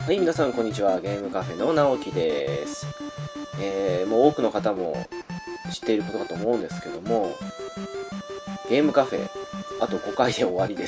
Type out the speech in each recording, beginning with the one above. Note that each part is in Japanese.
はい、皆さんこんにちは。ゲームカフェの直樹です。もう多くの方も知っていることかと思うんですけども、ゲームカフェ、あと5回で終わりです。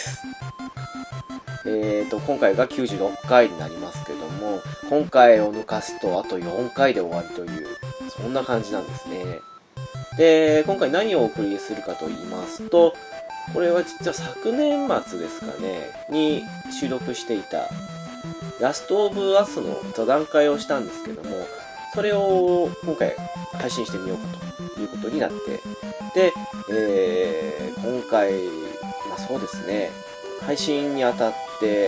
今回が96回になりますけども、今回を抜かすとあと4回で終わりという、そんな感じなんですね。で、今回何をお送りするかと言いますと、これは実は昨年末ですかね、に収録していたラストオブアスの座談会をしたんですけども、それを今回配信してみようかということになって、で、今回、そうですね、配信にあたって、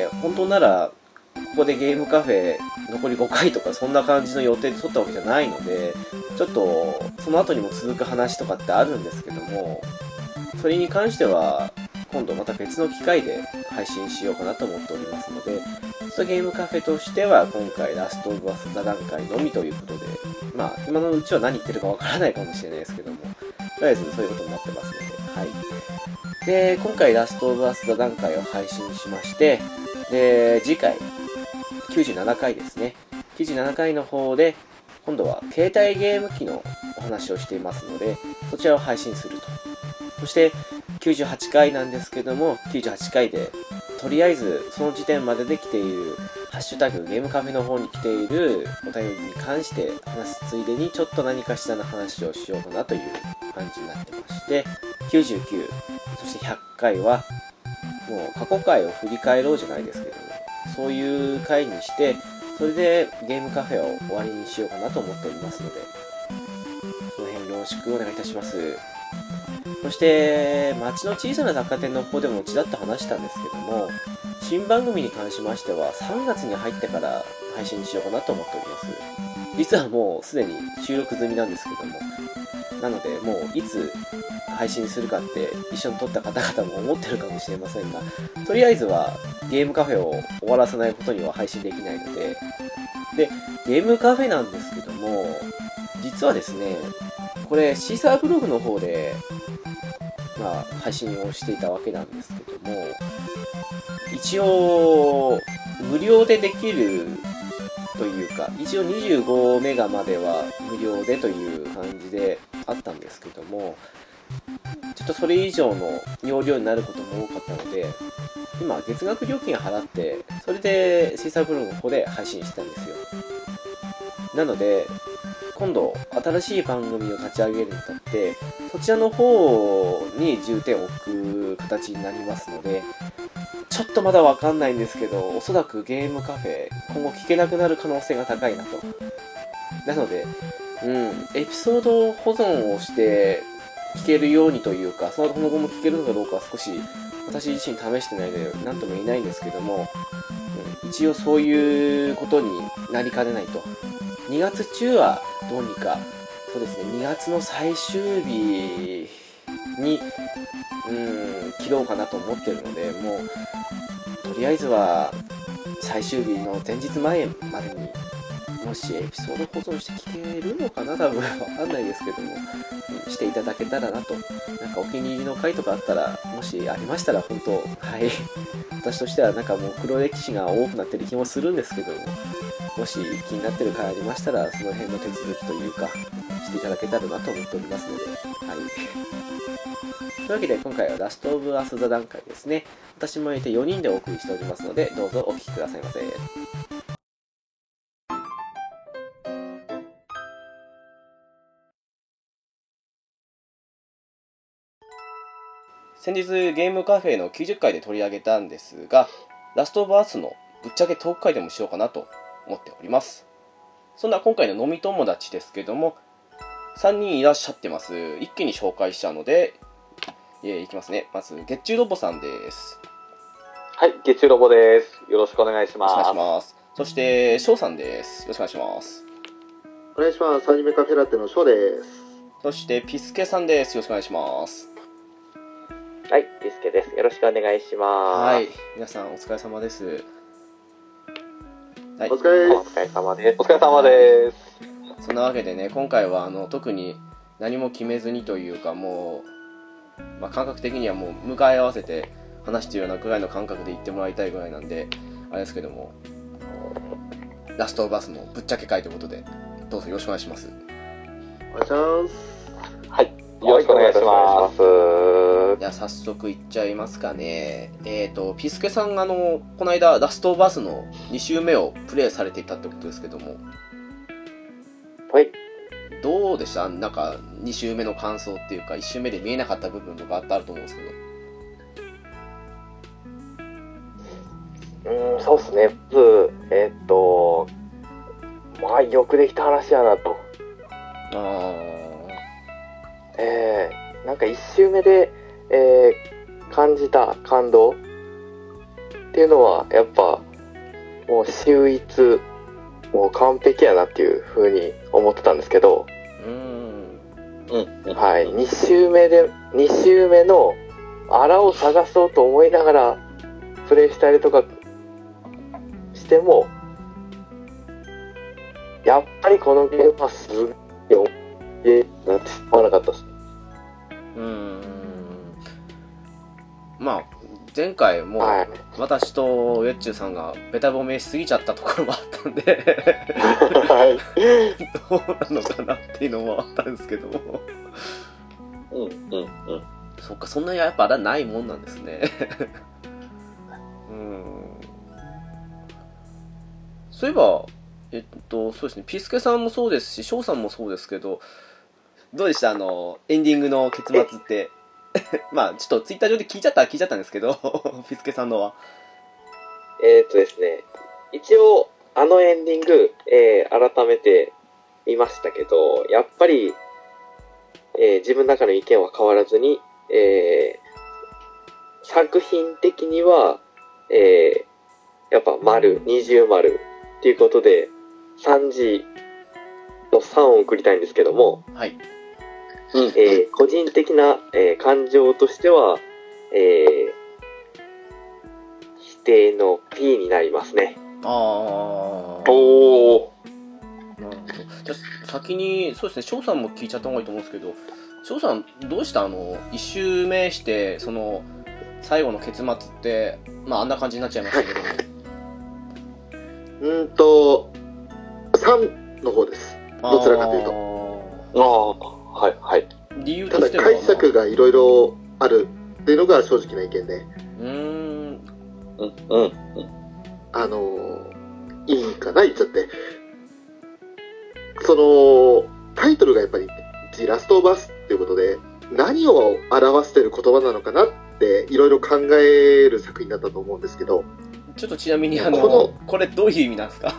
本当なら、ここでゲームカフェ残り5回とかそんな感じの予定で撮ったわけじゃないので、ちょっとその後にも続く話とかってあるんですけども、それに関しては今度また別の機会で配信しようかなと思っておりますので、ゲームカフェとしては今回ラストオブアス座談会のみということで、今のうちは何言ってるかわからないかもしれないですけども、とりあえずそういうことになってますので、はい。で、今回ラストオブアス座談会を配信しまして、で、次回、97回ですね。97回の方で、今度は携帯ゲーム機のお話をしていますので、そちらを配信すると。そして、98回なんですけども、98回で、とりあえずその時点までで来ている、ハッシュタグゲームカフェの方に来ているお便りに関して話すついでに、ちょっと何かしらの話をしようかなという感じになってまして、99、そして100回は、もう過去回を振り返ろうじゃないですけども、そういう回にして、それでゲームカフェを終わりにしようかなと思っておりますので、その辺よろしくお願いいたします。そして、町の小さな雑貨店の方でもちらっと話したんですけども、新番組に関しましては3月に入ってから配信しようかなと思っております。実はもうすでに収録済みなんですけども、なのでもういつ配信するかって一緒に撮った方々も思ってるかもしれませんが、とりあえずはゲームカフェを終わらせないことには配信できないので、で、ゲームカフェなんですけども、実はですね、これシーサーブログの方で配信をしていたわけなんですけども、一応無料でできるというか、一応25メガまでは無料でという感じであったんですけども、ちょっとそれ以上の容量になることも多かったので、今月額料金払って、それでシーサーブログの方で配信してたんですよ。なので、今度新しい番組を立ち上げるにあたって、そちらの方に重点を置く形になりますので、ちょっとまだわかんないんですけど、おそらくゲームカフェ今後聞けなくなる可能性が高いなと。なので、エピソード保存をして聞けるようにというか、その後も聞けるのかどうかは少し私自身試してないので何とも言えないんですけども、一応そういうことになりかねないと。2月中はどうにか、そうですね、2月の最終日に、切ろうかなと思ってるので、もう、とりあえずは、最終日の前日前までに、もしエピソード保存して聞けるのかな、多分わかんないですけども、していただけたらなと。なんかお気に入りの回とかあったら、もしありましたら、本当、はい。私としてはなんかもう黒歴史が多くなってる気もするんですけども、もし気になってる回ありましたら、その辺の手続きというか、していただけたらなと思っておりますので、はい。というわけで、今回はラストオブアス座談会ですね。私も入れて4人でお送りしておりますので、どうぞお聞きくださいませ。先日ゲームカフェの90回で取り上げたんですが、ラストオブアスのぶっちゃけトーク会でもしようかなと思っております。そんな今回の飲み友達ですけども、3人いらっしゃってます。一気に紹介しちゃうので、いきますね。まず、月中ロボさんです。 はい、月中ロボです。よろしくお願いします。 お願いします。そして、翔さんです。よろしくお願いします。 お願いします。アニメカフェラテの翔です。 そして、ピスケさんです。よろしくお願いします。 はい、ピスケです。よろしくお願いします。 はい、皆さんお疲れ様です。 はい、お疲れ様です。お疲れ様です。 そんなわけでね、今回は特に何も決めずにというか、もう、感覚的にはもう向かい合わせて話しているようなぐらいの感覚で言ってもらいたいぐらいなんで、あれですけども、 ラストオブアスのぶっちゃけ会ということで、どうぞよろしくお願いします。 お願いします。 はい。よろしくお願いします。 じゃあ早速いっちゃいますかね。ピスケさんがこの間ラストオブアスの2周目をプレイされていたってことですけども。 はい。 どうでした？なんか2周目の感想っていうか、1周目で見えなかった部分とかあると思うんですけど。 そうですね。まず、まあ、よくできた話やなと。なんか1周目で、感じた感動っていうのは、やっぱ、もう秀逸、もう完璧やなっていう風に思ってたんですけど、はい、2周目のあらを探そうと思いながらプレイしたりとかしても、やっぱりこのゲームはすごいなって思わなかったです。 まあ前回も私とウェッチューさんがベタ褒めしすぎちゃったところもあったんではい、どうなのかなっていうのもあったんですけどもそっか、そんなにやっぱないもんなんですねそういえばそうですね、ピスケさんもそうですし、翔さんもそうですけど、どうでしたエンディングの結末ってまあちょっとツイッター上で聞いちゃったんですけどピスケさんのはですね、一応あのエンディング、改めて見ましたけど、やっぱり、自分の中の意見は変わらずに、作品的には、やっぱ20丸っていうことで3時の3を送りたいんですけども、 はい、 個人的な、感情としては、否定の P になりますね。 なるほど。じゃあ先にそうですね、翔さんも聞いちゃった方がいいと思うんですけど、翔さんどうした1周目してその最後の結末ってまああんな感じになっちゃいましたけど 3の方です。どちらかというと。 はいはい。 理由としてはただ解釈がいろいろあるっていうのが正直な意見で。いいかな言っちゃって。そのタイトルがやっぱりThe Last of Usっていうことで、何を表している言葉なのかなっていろいろ考える作品だったと思うんですけど、 ちょっとちなみにこれどういう意味なんですか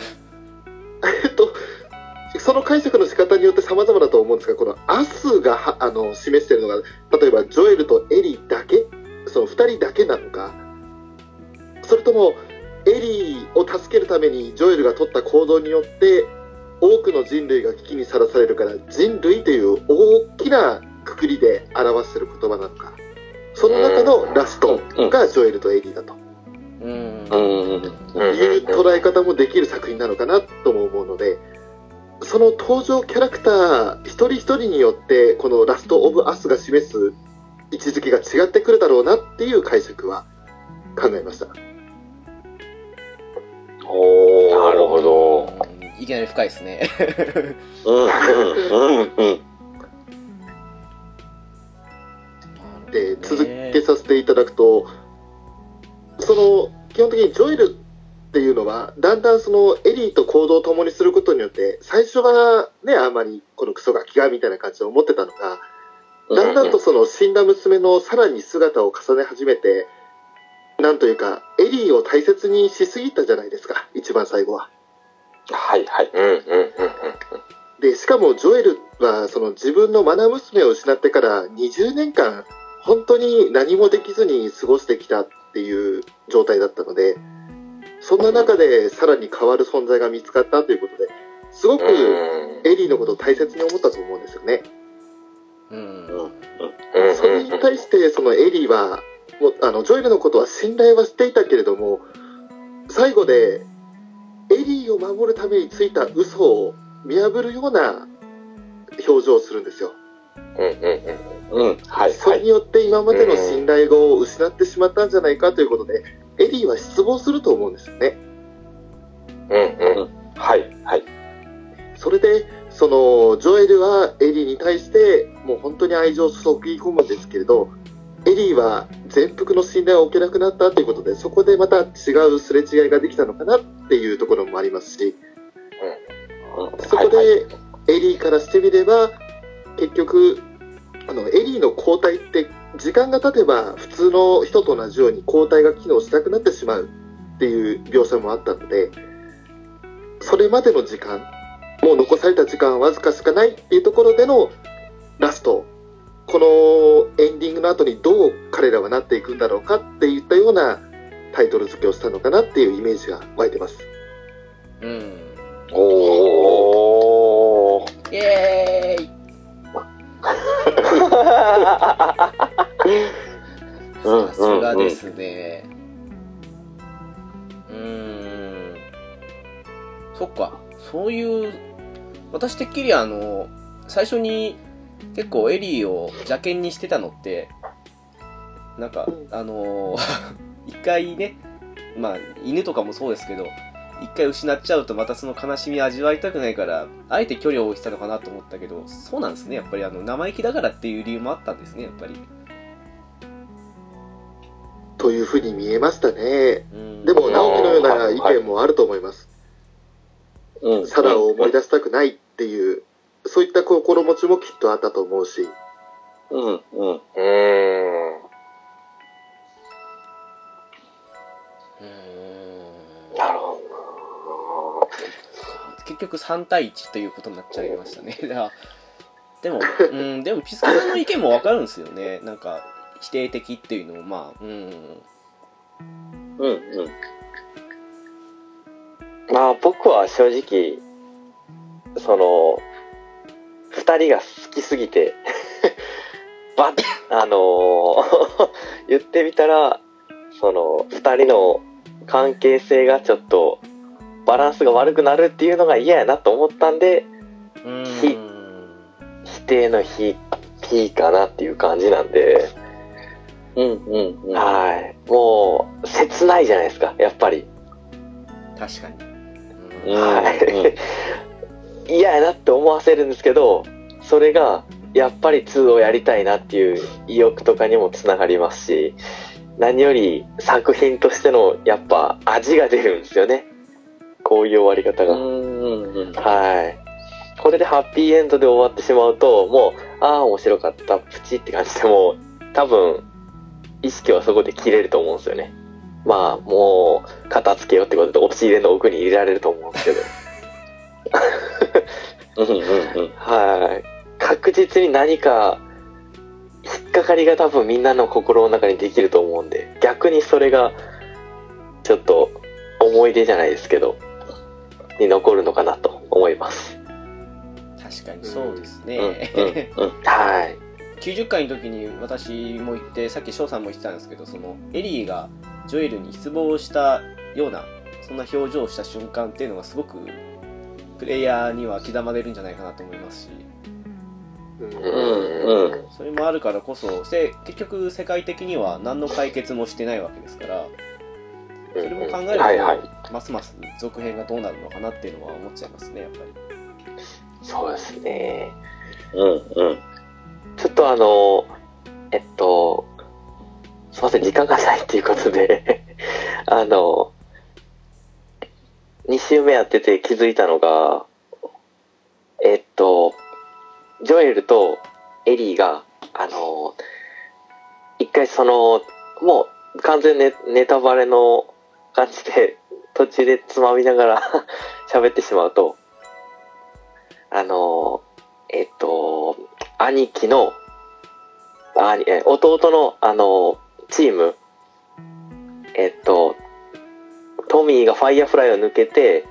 その解釈の仕方によって様々だと思うんですが、このアスが示しているのが、例えばジョエルとエリーだけ、その2人だけなのか、それともエリーを助けるためにジョエルが取った行動によって多くの人類が危機にさらされるから、人類という大きなくくりで表している言葉なのか、その中のラストがジョエルとエリーだという捉え方もできる作品なのかなとも思うので、その登場キャラクター一人一人によってこのラストオブアスが示す位置づけが違ってくるだろうなっていう解釈は考えました。 なるほど。 いきなり深いですねで、続けさせていただくと、その基本的にジョエルっていうのはだんだんそのエリーと行動を共にすることによって、最初はね、あんまりこのクソガキがみたいな感じで思ってたのが、だんだんとその死んだ娘のさらに姿を重ね始めて、なんというかエリーを大切にしすぎたじゃないですか、一番最後は。 はいはい。 でしかもジョエルはその自分の愛娘を失ってから20年間本当に何もできずに過ごしてきたっていう状態だったので、そんな中でさらに変わる存在が見つかったということで、すごくエリーのことを大切に思ったと思うんですよね。それに対してそのエリーはジョエルのことは信頼はしていたけれども、最後でエリーを守るためについた嘘を見破るような表情をするんですよ。それによって今までの信頼を失ってしまったんじゃないかということで、エリーは失望すると思うんですよね。 はい。はい。 それで、その、ジョエルはエリーに対して、もう本当に愛情を注ぎ込むんですけれど、エリーは全幅の信頼を置けなくなったということで、そこでまた違うすれ違いができたのかなっていうところもありますし、そこでエリーからしてみれば、結局、エリーの交代って時間が経てば普通の人と同じように交代が機能しなくなってしまうっていう描写もあったので、それまでの時間、もう残された時間わずかしかないっていうところでのラスト、このエンディングの後にどう彼らはなっていくんだろうかっていったようなタイトル付けをしたのかなっていうイメージが湧いてます。 おー。 イエーイさすがですね。そっか、そういう、私てっきり最初に結構エリーを邪険にしてたのって、なんか、一回ね、まあ、犬とかもそうですけど、一回失っちゃうとまたその悲しみを味わいたくないから、あえて距離を置いてたのかなと思ったけど、そうなんですね。やっぱり生意気だからっていう理由もあったんですね、やっぱり。 というふうに見えましたね。でも、直樹のような意見もあると思います。サラを思い出したくないっていう、そういった心持ちもきっとあったと思うし。 なるほど。 結局3対1ということになっちゃいましたね。でもピスケさんの意見もわかるんですよね。なんか否定的っていうのもまあ、 まあ僕は正直その2人が好きすぎて言ってみたらその2人の関係性がちょっとバランスが悪くなるっていうのが嫌やなと思ったんで、否定の否 P かなっていう感じなんで、はい、もう切ないじゃないですか、やっぱり。 確かに。 はい。嫌やなって思わせるんですけど、それがやっぱり2をやりたいなっていう意欲とかにもつながりますし、何より作品としてのやっぱ味が出るんですよね。こういう終わり方が。はい。これでハッピーエンドで終わってしまうと、もう、ああ、面白かった、プチって感じでも、多分、意識はそこで切れると思うんですよね。まあ、もう、片付けようってことで、押し入れの奥に入れられると思うんですけど。はい。確実に何か、引っかかりが多分みんなの心の中にできると思うんで、逆にそれが、ちょっと、思い出じゃないですけど、に残るのかなと思います。 確かにそうですね。 はい。 90回の時に私も言って、さっき翔さんも言ってたんですけど、そのエリーがジョエルに失望したような、そんな表情をした瞬間っていうのがすごくプレイヤーには刻まれるんじゃないかなと思いますし、それもあるからこそ、結局世界的には何の解決もしてないわけですから、それも考えると、ますます続編がどうなるのかなっていうのは思っちゃいますね、やっぱり。 そうですね。ちょっとすいません、時間がないっていうことで2週目やってて気づいたのが、ジョエルとエリーが、一回もう完全ネタバレの感じで途中でつまみながら喋ってしまうと、兄貴の、弟のチーム、トミーがファイヤーフライを抜けて、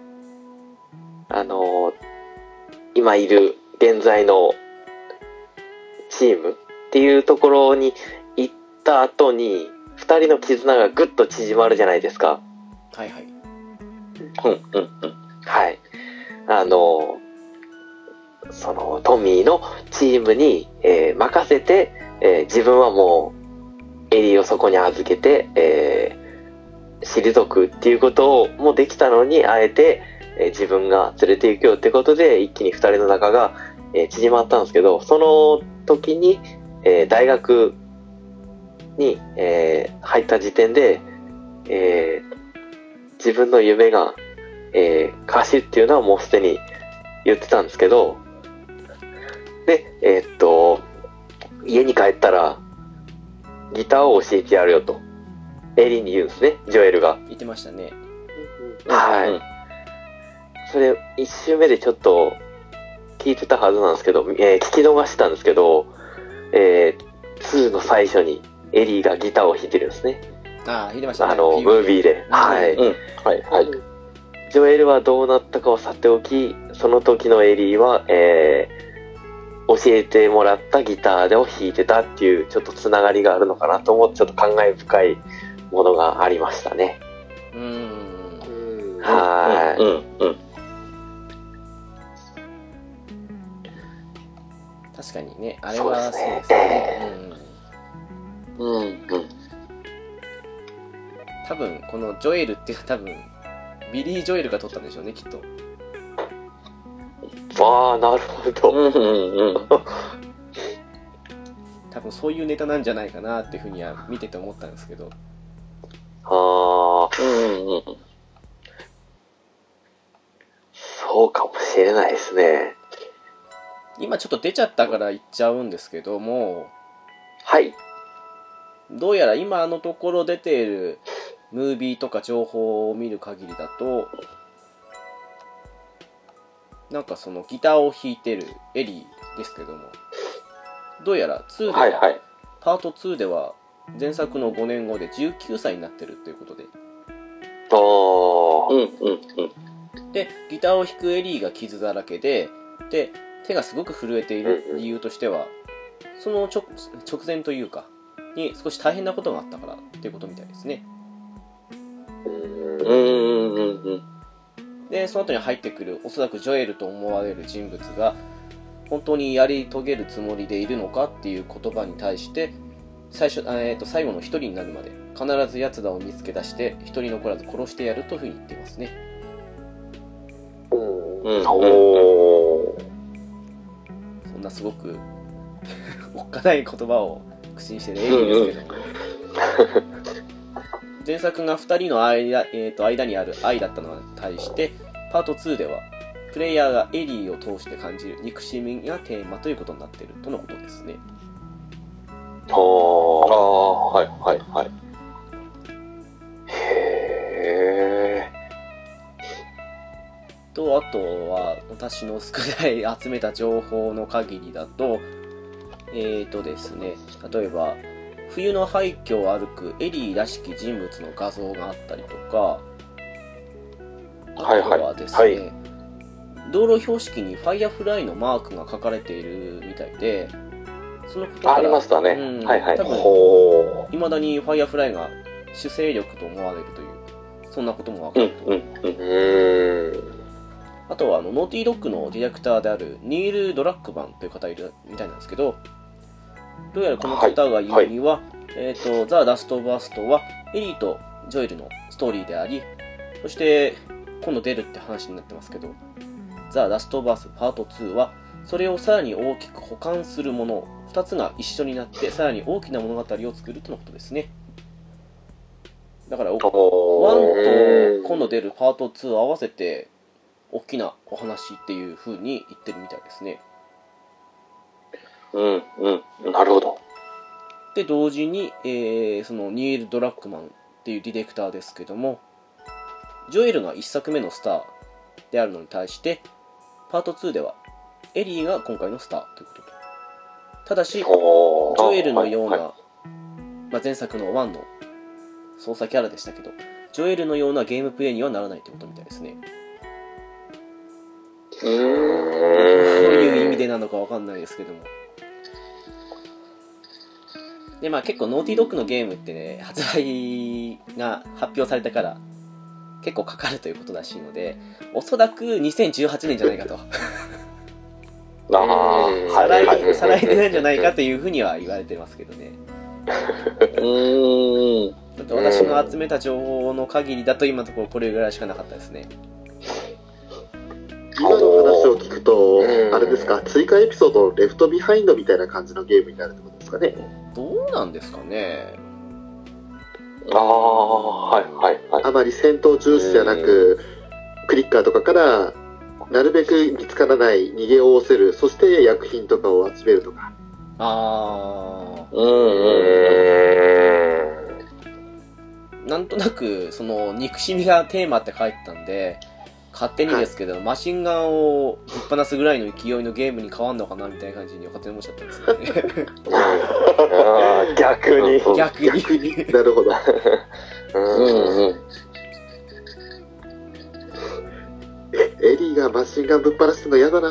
今いる現在のチームっていうところに行った後に、二人の絆がぐっと縮まるじゃないですか。 はいはい。 はい。そのトミーのチームに、任せて、自分はもうエリーをそこに預けて、 退くっていうこともできたのに、あえて、自分が連れて行くよってことで、一気に二人の仲が、縮まったんですけど、その時に、大学に、入った時点で、自分の夢が、歌手っていうのはもうすでに言ってたんですけど、で、家に帰ったら、ギターを教えてやるよと、エリーに言うんですね、ジョエルが。 言ってましたね。 はい。それ、一周目でちょっと聞いてたはずなんですけど、聞き逃したんですけど、2の最初にエリーがギターを弾いてるんですね。 ああ、弾いてましたね。 ムービーで。はい。 はいはい。 ジョエルはどうなったかはさておき、その時のエリーは、教えてもらったギターを弾いてたっていう、ちょっとつながりがあるのかなと思って、ちょっと感慨深いものがありましたね。はい。 確かにね、あれはそうですね。多分、このジョエルっていうのは多分、ビリー・ジョエルが撮ったんでしょうね、きっと。 ああ、なるほど。 多分そういうネタなんじゃないかなっていうふうには見てて思ったんですけど。 そうかもしれないですね。 今ちょっと出ちゃったから言っちゃうんですけども、 はい。 どうやら今のところ出ているムービーとか情報を見る限りだと、なんかそのギターを弾いてるエリーですけども、どうやら2では、パート2では前作の5年後で19歳になってるということで。で、ギターを弾くエリーが傷だらけで、手がすごく震えている理由としては、その直前というか、に少し大変なことがあったからっていうことみたいですね。で、その後に入ってくる、おそらくジョエルと思われる人物が、本当にやり遂げるつもりでいるのかっていう言葉に対して、最後の一人になるまで、必ず奴らを見つけ出して、一人残らず殺してやるというふうに言っていますね。そんなすごく、おっかない言葉を口にしてるエリーですけども。前作が2人の間にある愛だったのに対して、パート2では、プレイヤーがエリーを通して感じる憎しみがテーマということになっているとのことですね。と、あとは、私の少ない集めた情報の限りだと、ですね、例えば、冬の廃墟を歩くエリーらしき人物の画像があったりとか、あとはですね、道路標識にファイアフライのマークが書かれているみたいで、そのことから、 ありましたね。 多分、未だにファイアフライが主勢力と思われるという、そんなこともわかると。あとは、ノーティードッグのディレクターであるニール・ドラッグマンという方いるみたいなんですけど、どうやらこの方が言うには、ザ・ラスト・オブ・アストはエリーとジョエルのストーリーであり、そして今度出るって話になってますけど、ザ・ラスト・オブ・アスパート2はそれをさらに大きく補完するもの2つが一緒になってさらに大きな物語を作るとのことですね。だから1と今度出るパート2を合わせて大きなお話っていう風に言ってるみたいですね。 なるほど。 で、同時に、そのニール・ドラッグマンっていうディレクターですけども、ジョエルが1作目のスターであるのに対して、パート2ではエリーが今回のスターということで。ただし、ジョエルのような、前作の1の操作キャラでしたけど、ジョエルのようなゲームプレイにはならないってことみたいですね。どういう意味でなのかわかんないですけども。で、結構ノーティードッグのゲームってね、発売が発表されてから結構かかるということらしいので、おそらく2018年じゃないかと。再来年なんじゃないかというふうには言われてますけどね。 だって私の集めた情報の限りだと今のところこれぐらいしかなかったですね。 今の話を聞くと、あれですか、追加エピソードレフトビハインドみたいな感じのゲームになるってことですかね。 どうなんですかね。 あまり戦闘重視じゃなく、クリッカーとかからなるべく見つからない逃げを仰せる、そして薬品とかを集めるとか。 なんとなくその憎しみがテーマって書いてたんで、勝手にですけど、マシンガンをぶっ放すぐらいの勢いのゲームに変わんのかなみたいな感じに勝手に思っちゃったんですよね。 逆に。 なるほど。エリーがマシンガンぶっ放すの嫌だな。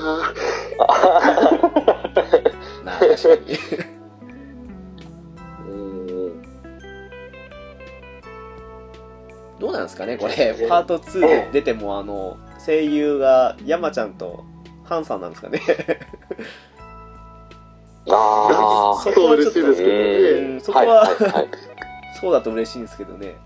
なあ、確かに。どうなんですかねこれ、パート2で出ても声優が山ちゃんとハンさんなんですかね。そこはちょっと嬉しいですけどね。 そこはそうだと嬉しいんですけどね。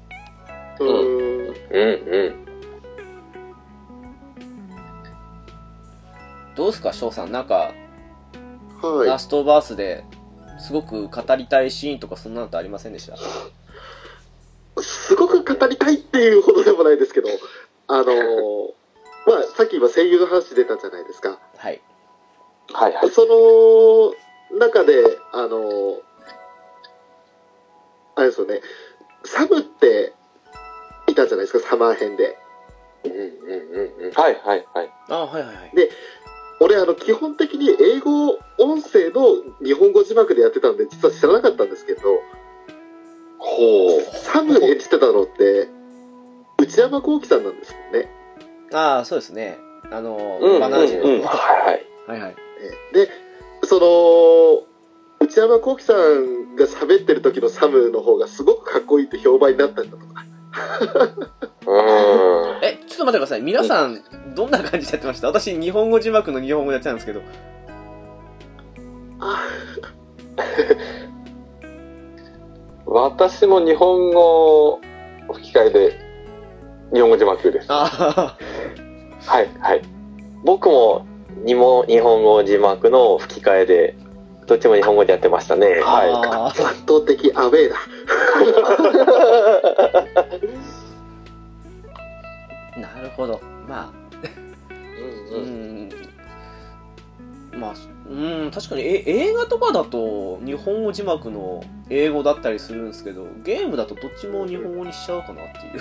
どうですか翔さん、なんか、ラストバースですごく語りたいシーンとかそんなのってありませんでした？ すごく語りたいっていうほどでもないですけど、まあ、さっき今声優の話出たじゃないですか。 はい。 その中で、あれですよね、サムっていたじゃないですか、サマー編で。で、俺、基本的に英語音声の日本語字幕でやってたんで、実は知らなかったんですけど、サム演じてたのって内山聖輝さんなんですよね。 ああ、そうですね。バナージの。で、 内山聖輝さんが喋ってる時のサムの方がすごくかっこいいって評判になったんだとか。 ちょっと待ってください。皆さんどんな感じでやってました？私日本語字幕の日本語でやってたんですけど。 私も日本語吹き替えで日本語字幕です。 僕も日本語字幕の吹き替えでどっちも日本語でやってましたね。 圧倒的アウェーだ。 なるほど。まあ確かに映画とかだと日本語字幕の英語だったりするんですけど、ゲームだとどっちも日本語にしちゃうかなっていう。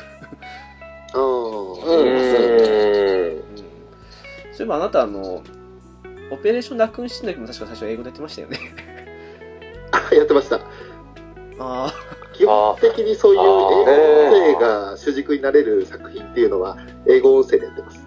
そういえばあなたオペレーションラクーンシンの時も確か最初英語でやってましたよね。 やってました。基本的にそういう英語音声が主軸になれる作品っていうのは英語音声でやってます。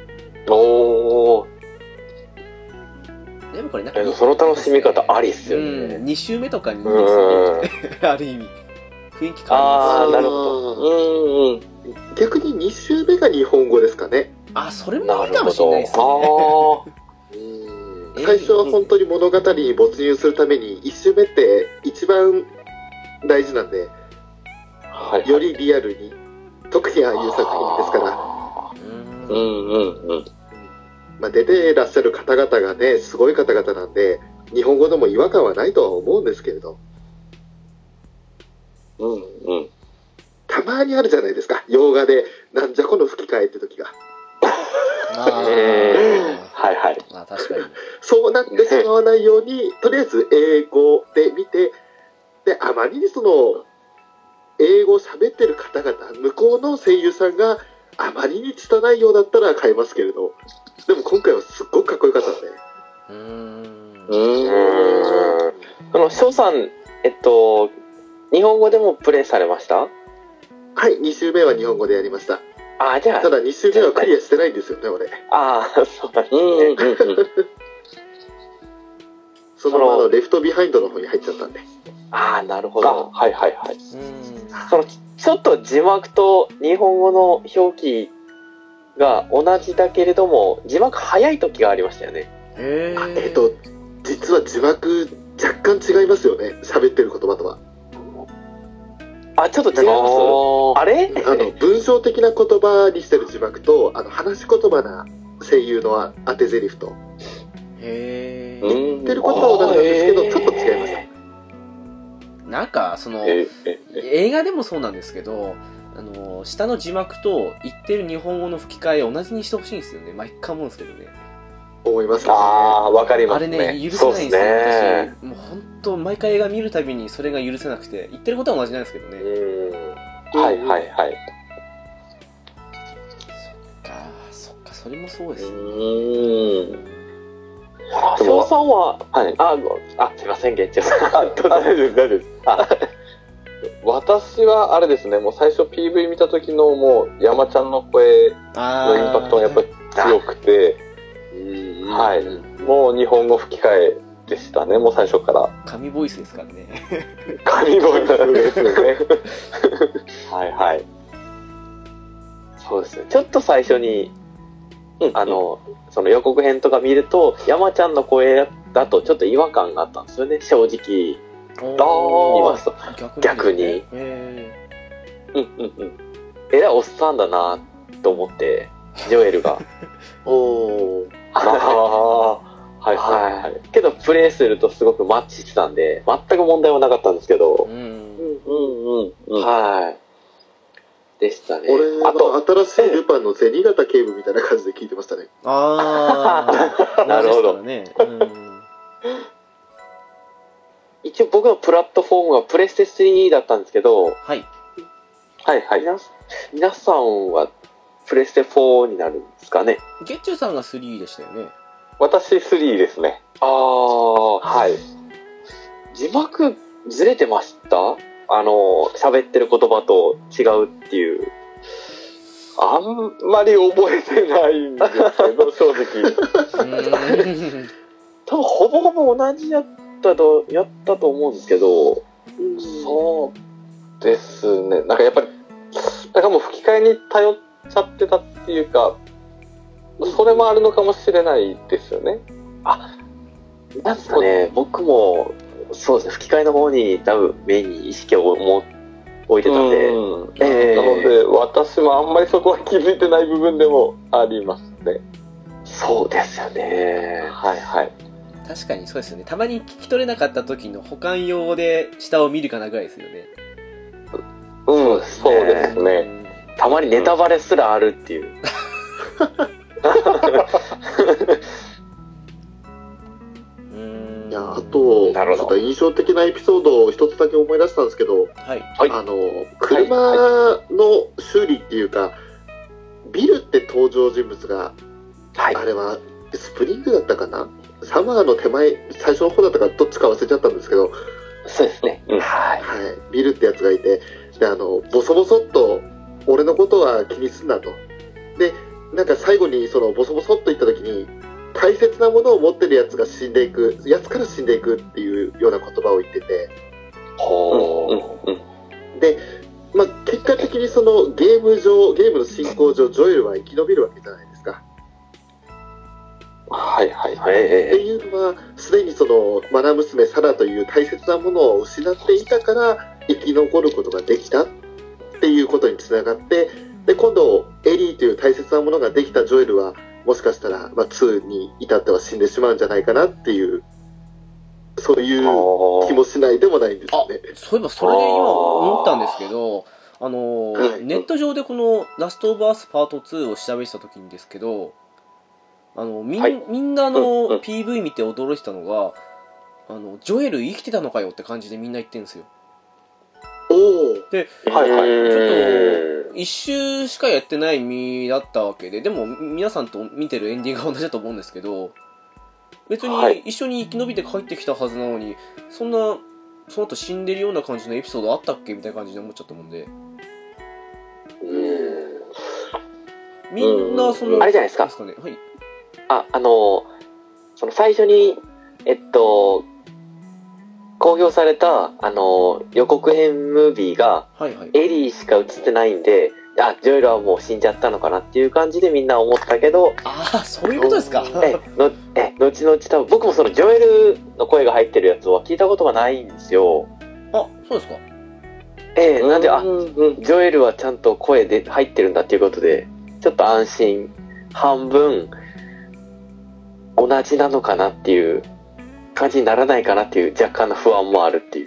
でもこれなんかその楽しみ方ありっすよね。 2周目とかにいいですよね。ある意味雰囲気変わります。 なるほど。 逆に2周目が日本語ですかね。 それもいいかもしれないですね。 最初は本当に物語に没入するために1周目って一番大事なんで、よりリアルに、特にああいう作品ですから。出てらっしゃる方々がね、すごい方々なんで、日本語でも違和感はないとは思うんですけれど、たまにあるじゃないですか、洋画で、なんじゃこの吹き替えって時が。 確かに。 そうなってしまわないように、とりあえず英語で見て、で、あまりに英語を喋ってる方々、向こうの声優さんがあまりに拙いようだったら買いますけれど、でも今回はすっごくかっこよかったんで。 翔さん、日本語でもプレイされました？ はい、2周目は日本語でやりました。 じゃあただ2周目はクリアしてないんですよね、俺。 そうなんですね。 そのままレフトビハインドの方に入っちゃったんで。 なるほど。ちょっと字幕と日本語の表記が同じだけれども、字幕早い時がありましたよね。 実は字幕若干違いますよね、喋ってる言葉とは。 あ、ちょっと違いますあれ文章的な言葉にしてる字幕と、話し言葉な声優の当て台詞と。 へ言ってることは同じなんですけど、ちょっと違いました。 なんか、映画でもそうなんですけど、下の字幕と言ってる日本語の吹き替え同じにしてほしいんですよね。毎回思うんですけどね。 思いますね。 ああ、わかりまあれすね。 ね、許せないんですよ、 ね、 私。もう本当、毎回映画見るたびにそれが許せなくて、言ってることは同じなんですけどね。 はいはいはい。 そっか、それもそうですよね。 翔さんは、 はい。 すいません、現地さん。 大丈夫です。私はあれですね、もう最初 PV 見た時のもう山ちゃんの声のインパクトがやっぱり強くて、はい。もう日本語吹き替えでしたね、もう最初から。 神ボイスですからね。 神ボイスですね。はいはい。 そうですね。ちょっと最初に、その予告編とか見ると、山ちゃんの声だとちょっと違和感があったんですよね、正直。言いますと。逆に。えらいおっさんだなと思って、ジョエルが。はいはいはい。けど、プレイするとすごくマッチしてたんで、全く問題はなかったんですけど。はい。でしたね。 俺は新しいルパンの銭形警部みたいな感じで聞いてましたね。 なるほど。一応僕のプラットフォームはプレステ3だったんですけど、 はい。 はいはい。皆さんはプレステ4になるんですかね。 ゲッチュさんが3でしたよね。 私3ですね。 はい。字幕ずれてました喋ってる言葉と違うっていう。 あんまり覚えてないんですけど、正直。 多分ほぼほぼ同じやったと思うんですけど。 そうですね。なんかやっぱり、なんかもう吹き替えに頼っちゃってたっていうか、それもあるのかもしれないですよね。 なんですかね、僕も、そうですね、吹き替えの方に多分目に意識を置いてたんで。 なので、私もあんまりそこは気づいてない部分でもありますね。 そうですよね。 はいはい。 確かにそうですよね。たまに聞き取れなかった時の保管用で下を見るかなぐらいですよね。 そうですね。 たまにネタバレすらあるっていう。 いや、あと、ちょっと印象的なエピソードを一つだけ思い出したんですけど、車の修理っていうか、ビルって登場人物が、あれはスプリングだったかな、サマーの手前、最初の方だったかどっちか忘れちゃったんですけど、 そうですね。 ビルってやつがいて、で、ボソボソっと、俺のことは気にすんなと。で、なんか最後にそのボソボソっと言った時に、大切なものを持ってるやつが死んでいく、やつから死んでいくっていうような言葉を言ってて、で、結果的にそのゲームの進行上、ジョエルは生き延びるわけじゃないですか。っていうのは、すでにその愛娘サラという大切なものを失っていたから生き残ることができたっていうことにつながって、で今度エリーという大切なものができたジョエルはもしかしたら、2に至っては死んでしまうんじゃないかなっていう、そういう気もしないでもないんですよね。 そういえばそれで今思ったんですけど、ネット上でこのラストオブアースパート2を調べてた時にですけど、みんなPV 見て驚いてたのが、ジョエル生きてたのかよって感じでみんな言ってるんですよ。で、ちょっと一周しかやってない身だったわけで、でも皆さんと見てるエンディングが同じだと思うんですけど、別に一緒に生き延びて帰ってきたはずなのに、その後死んでるような感じのエピソードあったっけみたいな感じで思っちゃったもんで。みんなそのあれじゃないですか。 ね、はい。 その最初に公表された予告編ムービーがエリーしか映ってないんで、ジョエルはもう死んじゃったのかなっていう感じでみんな思ったけど、 そういうことですか。 後々多分僕もそのジョエルの声が入ってるやつは聞いたことがないんですよ。 そうですか。 なんで、ジョエルはちゃんと声で入ってるんだっていうことで、ちょっと安心、半分、同じなのかなっていう感じにならないかなっていう若干の不安もあるっていう。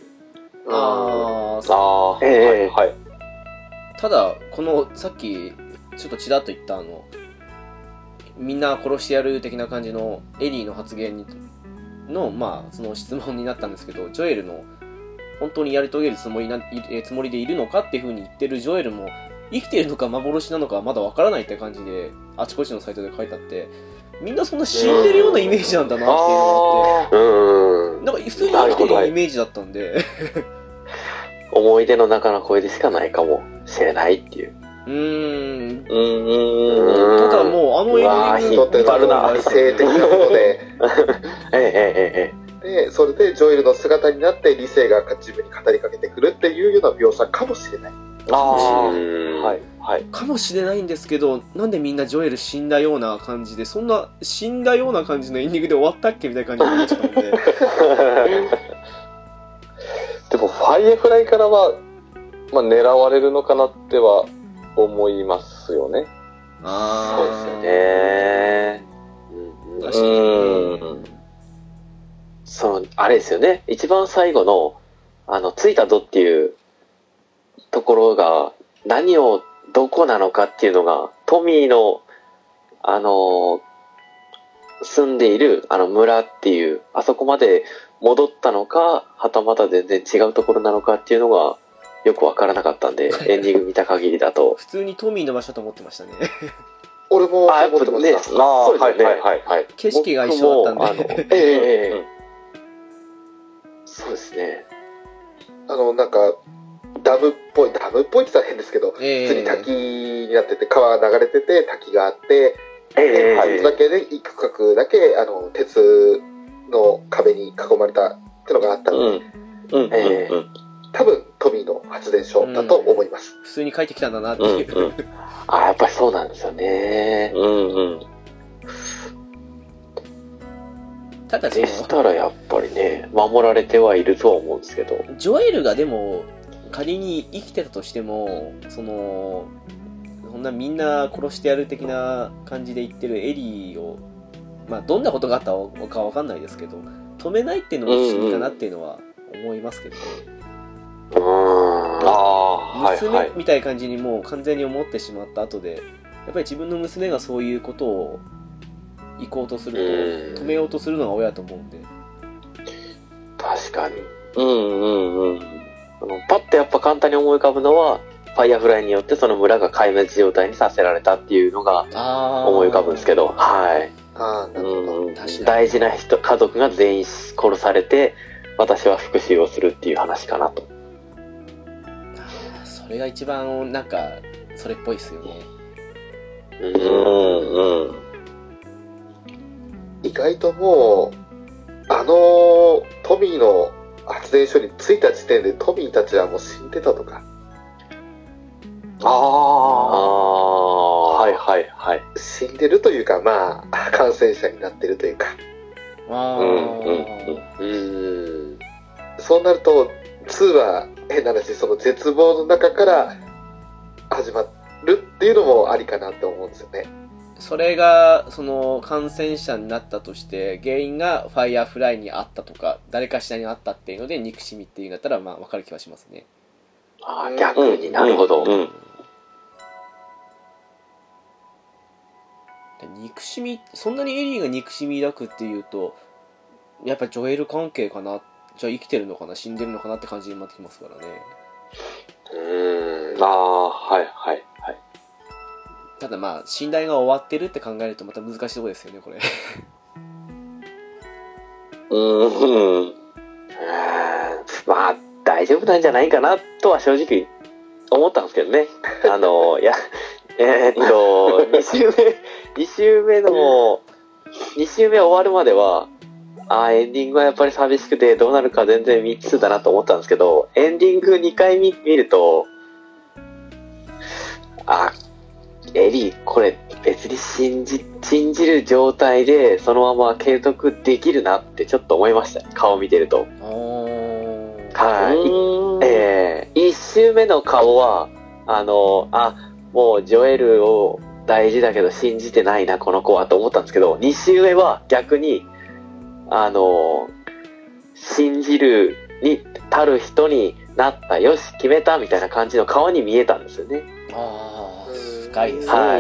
はい。 ただ、この、さっき、ちょっとちらっと言ったみんな殺してやる的な感じのエリーの発言の、まあ、その質問になったんですけど、ジョエルの、本当にやり遂げるつもりでいるのかっていう風に言ってるジョエルも、生きているのか幻なのかまだわからないって感じで、あちこちのサイトで書いてあって、みんなそんな死んでるようなイメージなんだなっていうのがあって、なんか普通に生きてるイメージだったんで思い出の中の声でしかないかもしれないっていう。 ただもうあのエンディング人ってなるな、理性的なことでで、それでジョエルの姿になって理性が自分に語りかけてくるっていうような描写かもしれない。 かもしれないんですけど、なんでみんなジョエル死んだような感じで、そんな死んだような感じのエンディングで終わったっけみたいな感じになっちゃったのででもファイアフライからは、まあ、狙われるのかなっては思いますよね。 そうですよね。 確かに。 あれですよね。一番最後の、着いたぞっていうところが、何を、どこなのかっていうのが、トミーの、住んでいる、村っていう、あそこまで戻ったのか、はたまた全然違うところなのかっていうのが、よくわからなかったんで、エンディング見た限りだと。 普通にトミーの場所と思ってましたね。 俺も思ってました。 そうですね。 景色が一緒だったんで。 そうですね。 なんか、ダムっぽいって言ったら変ですけど、普通に滝になってて、川が流れてて、滝があって、それだけで、一区画だけ、鉄の壁に囲まれたってのがあったので、多分、トミーの発電所だと思います。 普通に帰ってきたんだなっていう。 やっぱりそうなんですよね。 ただでしたらやっぱりね、守られてはいるとは思うんですけど。 ジョエルがでも、仮に生きてたとしても、そんなみんな殺してやる的な感じで言ってるエリーを、まあどんなことがあったかわかんないですけど、止めないっていうのも不思議かなっていうのは思いますけどね。娘みたいな感じにもう完全に思ってしまった後で、やっぱり自分の娘がそういうことを行こうとすると、止めようとするのが親だと思うんで。 確かに。パッとやっぱ簡単に思い浮かぶのは、ファイアフライによってその村が壊滅状態にさせられたっていうのが思い浮かぶんですけど、はい。 なるほど。 大事な家族が全員殺されて、私は復讐をするっていう話かなと。 それが一番なんかそれっぽいですよね。 意外ともうトミーの発電所に着いた時点でトミーたちはもう死んでたとか。死んでるというか、まあ感染者になってるというか。そうなると2は変な話、その絶望の中から始まるっていうのもありかなって思うんですよね。 それがその感染者になったとして原因がファイアフライにあったとか誰かしらにあったっていうので憎しみっていうんだったらまあ分かる気はしますね。 逆になるほど。 憎しみ、そんなにエリーが憎しみ抱くっていうとやっぱりジョエル関係かな、じゃあ生きてるのかな死んでるのかなって感じになってきますからね。ただまあ信頼が終わってるって考えるとまた難しいところですよねこれ。 まあ大丈夫なんじゃないかなとは正直思ったんですけどね。2週目終わるまではエンディングはやっぱり寂しくてどうなるか全然未知数だなと思ったんですけど、エンディング2回見るとエリーこれ別に信じる状態でそのまま継続できるなってちょっと思いました、顔見てると。 一周目の顔は、もうジョエルを大事だけど信じてないな、この子はと思ったんですけど、二周目は逆に、信じるに足る人になった、よし、決めたみたいな感じの顔に見えたんですよね。 ああ、深いですね。 はい。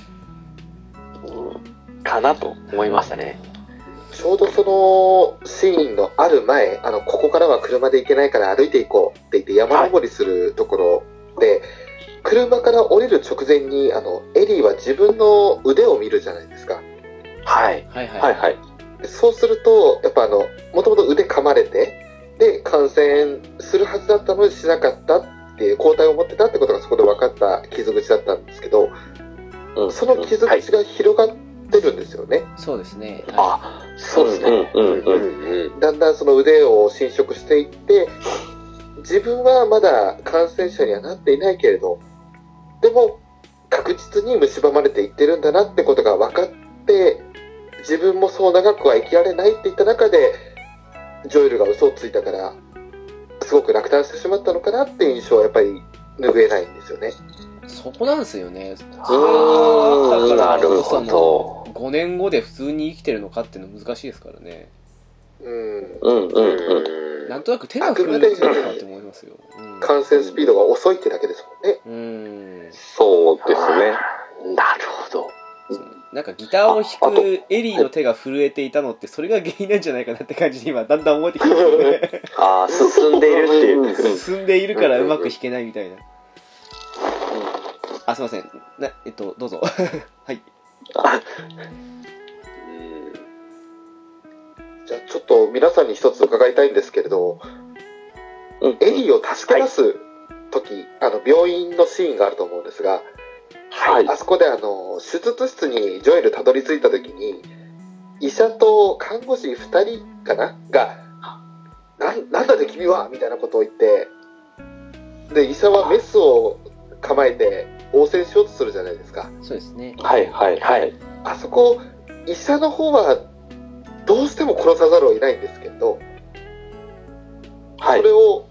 かなと思いましたね。 ちょうどそのシーンのある前、ここからは車で行けないから歩いて行こうって言って山登りするところで、車から降りる直前にエリーは自分の腕を見るじゃないですか。 はい。 はいはいはいはい。 そうすると、やっぱもともと腕噛まれて、で、感染するはずだったのにしなかったっていう、抗体を持ってたってことがそこで分かった傷口だったんですけど、その傷口が広がってるんですよね。 そうですね。 あ、そうですね。 だんだんその腕を侵食していって、自分はまだ感染者にはなっていないけれど、でも確実に蝕まれていってるんだなってことが分かって、自分もそう長くは生きられないって言った中で、ジョエルが嘘をついたから、すごく落胆してしまったのかなっていう印象はやっぱり拭えないんですよね。 そこなんですよね。それがあったからこその5年後で普通に生きてるのかっていうのは難しいですからね。なんとなく手が震えてるのかって思いますよ。 感染スピードが遅いってだけですもんね。そうですね。 なるほど。 なんかギターを弾くエリーの手が震えていたのってそれが原因なんじゃないかなって感じで今だんだん思えてきてますよね。 ああ、進んでいるっていう。 進んでいるからうまく弾けないみたいな。あ、すいません。どうぞ。はい。 じゃあちょっと皆さんに一つ伺いたいんですけれど、エリーを助け出す時、病院のシーンがあると思うんですが、あそこで手術室にジョエルたどり着いた時に、医者と看護師2人かなが、なんだで君はみたいなことを言って、で、医者はメスを構えて応戦しようとするじゃないですか。 そうですね。 はいはいはい。 あそこ、医者の方はどうしても殺さざるを得ないんですけど、それを、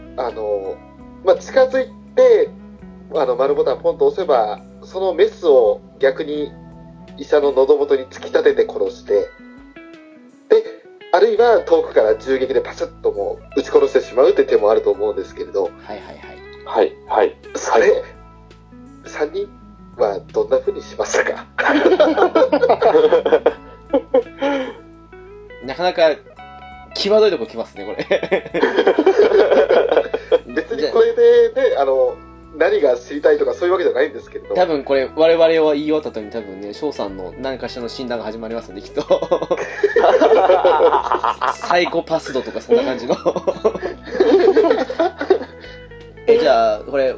近づいて、丸ボタンポンと押せば、そのメスを逆に医者の喉元に突き立てて殺して、で、あるいは遠くから銃撃でパシッともう撃ち殺してしまうって手もあると思うんですけれど、それ、3人はどんな風にしましたか？ なかなか際どいとこ来ますね、これ。 別にこれでね、何が知りたいとかそういうわけじゃないんですけれど、 多分これ我々は言い終わった後に多分ね、翔さんの何かしらの診断が始まりますんで、きっと。サイコパス度とかそんな感じの。じゃあこれ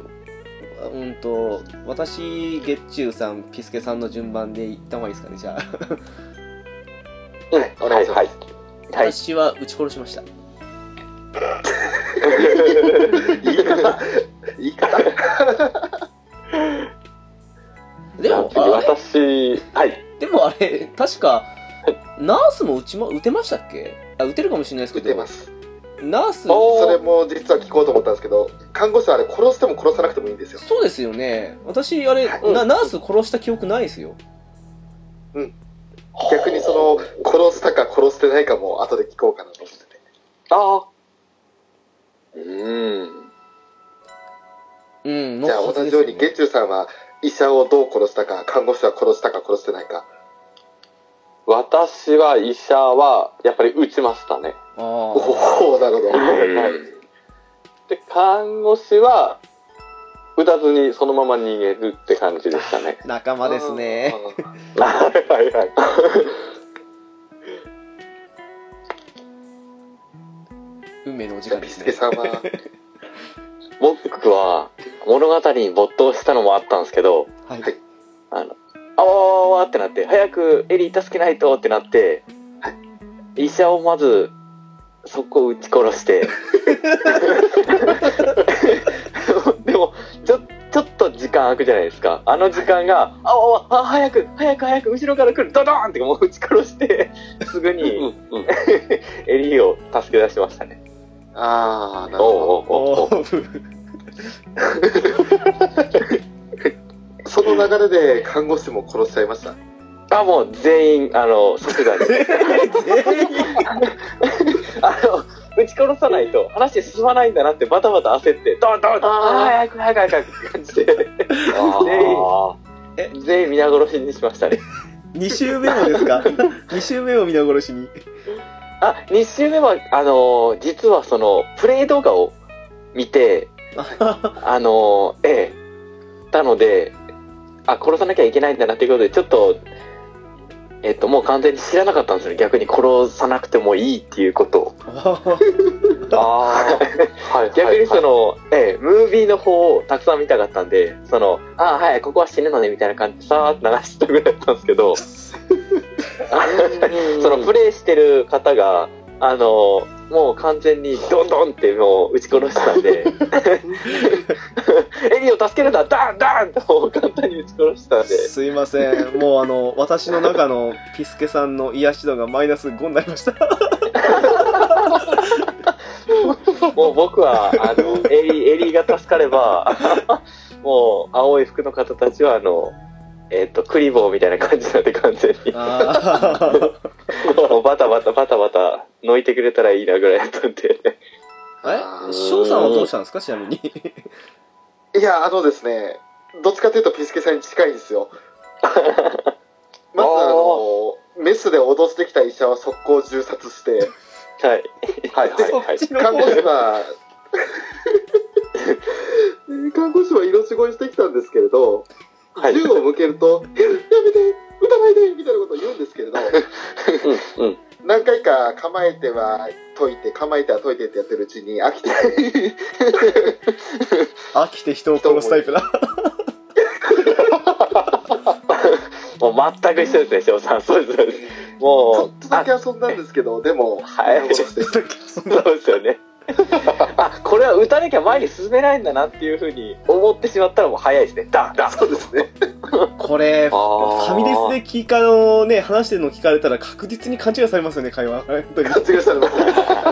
私、月中さん、ピスケさんの順番で言った方がいいですかね、じゃあ。 お願いします。 私は撃ち殺しました。 言い方でもでもあれ確かナースも撃てましたっけ？撃てるかもしれないですけど。 撃てます。 ナース、 それも実は聞こうと思ったんですけど、看護師はあれ殺しても殺さなくてもいいんですよ。 そうですよね。私あれ、ナース殺した記憶ないですよ。 逆にその殺したか殺してないかも後で聞こうかなと思ってて。じゃあ同じように月中さんは医者をどう殺したか、看護師は殺したか殺してないか。 私は医者はやっぱり撃ちましたね。 おお、なるほど。 で、看護師は撃たずにそのまま逃げるって感じでしたね。 仲間ですね。運命のお時間ですね。 僕は物語に没頭したのもあったんですけど、あわわってなって、早くエリー助けないとってなって、医者をまずそこを撃ち殺してでもちょっと時間空くじゃないですか。あの時間が早く後ろから来るドドーンってもう撃ち殺してすぐにエリーを助け出しましたね。 ああ、なるほど。その流れで看護師も殺しちゃいました。 あ、もう全員、即座に。撃ち殺さないと話進まないんだなってバタバタ焦って、ドンドンドン早くって感じで、全員皆殺しにしましたね。 2周目もですか？2周目も皆殺しに。 2周目は、実はその、プレイ動画を見て、なので、殺さなきゃいけないんだなっていうことで、ちょっと、もう完全に知らなかったんですよ。逆に殺さなくてもいいっていうことを。逆にその、ムービーの方をたくさん見たかったんで、その、はい、ここは死ぬのね、みたいな感じでさーっと流したぐらいだったんですけど、そのプレイしてる方が、もう完全にドンドンってもう撃ち殺してたんで、エリを助けるんだ、ダンダンってもう簡単に撃ち殺してたんで。 すいません、もう私の中のピスケさんの癒し度がマイナス5になりました。 もう僕は、エリが助かれば、もう青い服の方たちは、クリボーみたいな感じなんで完全に。もうバタバタ抜いてくれたらいいなぐらいだったんで。 翔さんはどうしたんですか、ちなみに。 いや、ですね、どっちかというとピスケさんに近いんですよ。まずメスで脅してきた医者は速攻銃殺して、 はい看護師は命乞いしてきたんですけれど、銃を向けると、やめて、撃たないでみたいなことを言うんですけれど、何回か構えては解いて、構えては解いてってやってるうちに飽きて飽きて人を殺すタイプだ。 もう全く一緒ですね、翔さん。そうです。もうちょっとだけ遊んだんですけど、でも殺してそうですよね。これは撃たなきゃ前に進めないんだなっていうふうに思ってしまったらもう早いですね。 そうですね。 これファミレスで話してるの聞かれたら確実に勘違いされますよね、会話。本当に勘違いされます。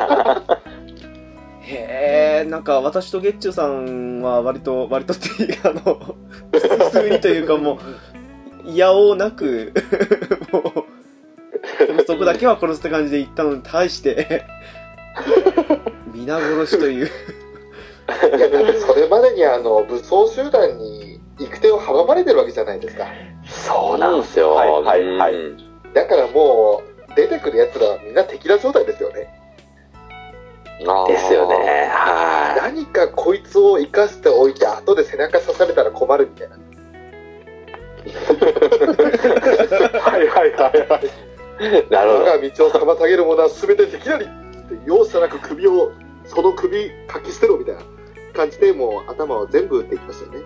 へえ、なんか私とゲッチュさんは割とって普通にというかもういやおうなくもうそこだけは殺すって感じで言ったのに対して皆殺しという。 いや、だってそれまでに武装集団に行く手を阻まれてるわけじゃないですか。 そうなんですよ。 だからもう出てくるやつらはみんな敵な状態ですよね。 ですよね。 何かこいつを生かしておいて後で背中刺されたら困るみたいな。 なるほど。 我が道を妨げる者は全て敵なりって容赦なくその首かき捨てろみたいな感じでもう頭を全部打っていきましたよね。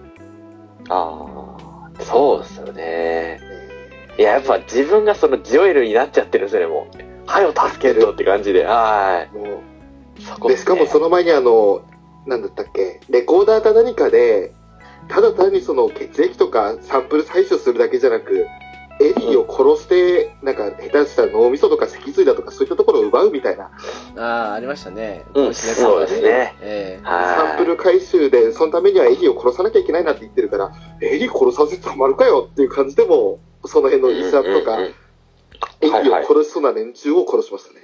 そうですよね。いや、やっぱ自分がそのジョエルになっちゃってるんですよね、もう。はよ助けるとって感じで。 もうでしかもその前になんだったっけ、レコーダーか何かでただ単にその血液とかサンプル採取するだけじゃなく、エリーを殺して、なんか下手したら脳みそとか脊髄だとかそういったところを奪うみたいな。 ありましたね。 そうですね。 サンプル回収で、そのためにはエリーを殺さなきゃいけないなって言ってるから、エリー殺させてたまるかよっていう感じでも、その辺の医者とか、エリーを殺しそうな連中を殺しましたね。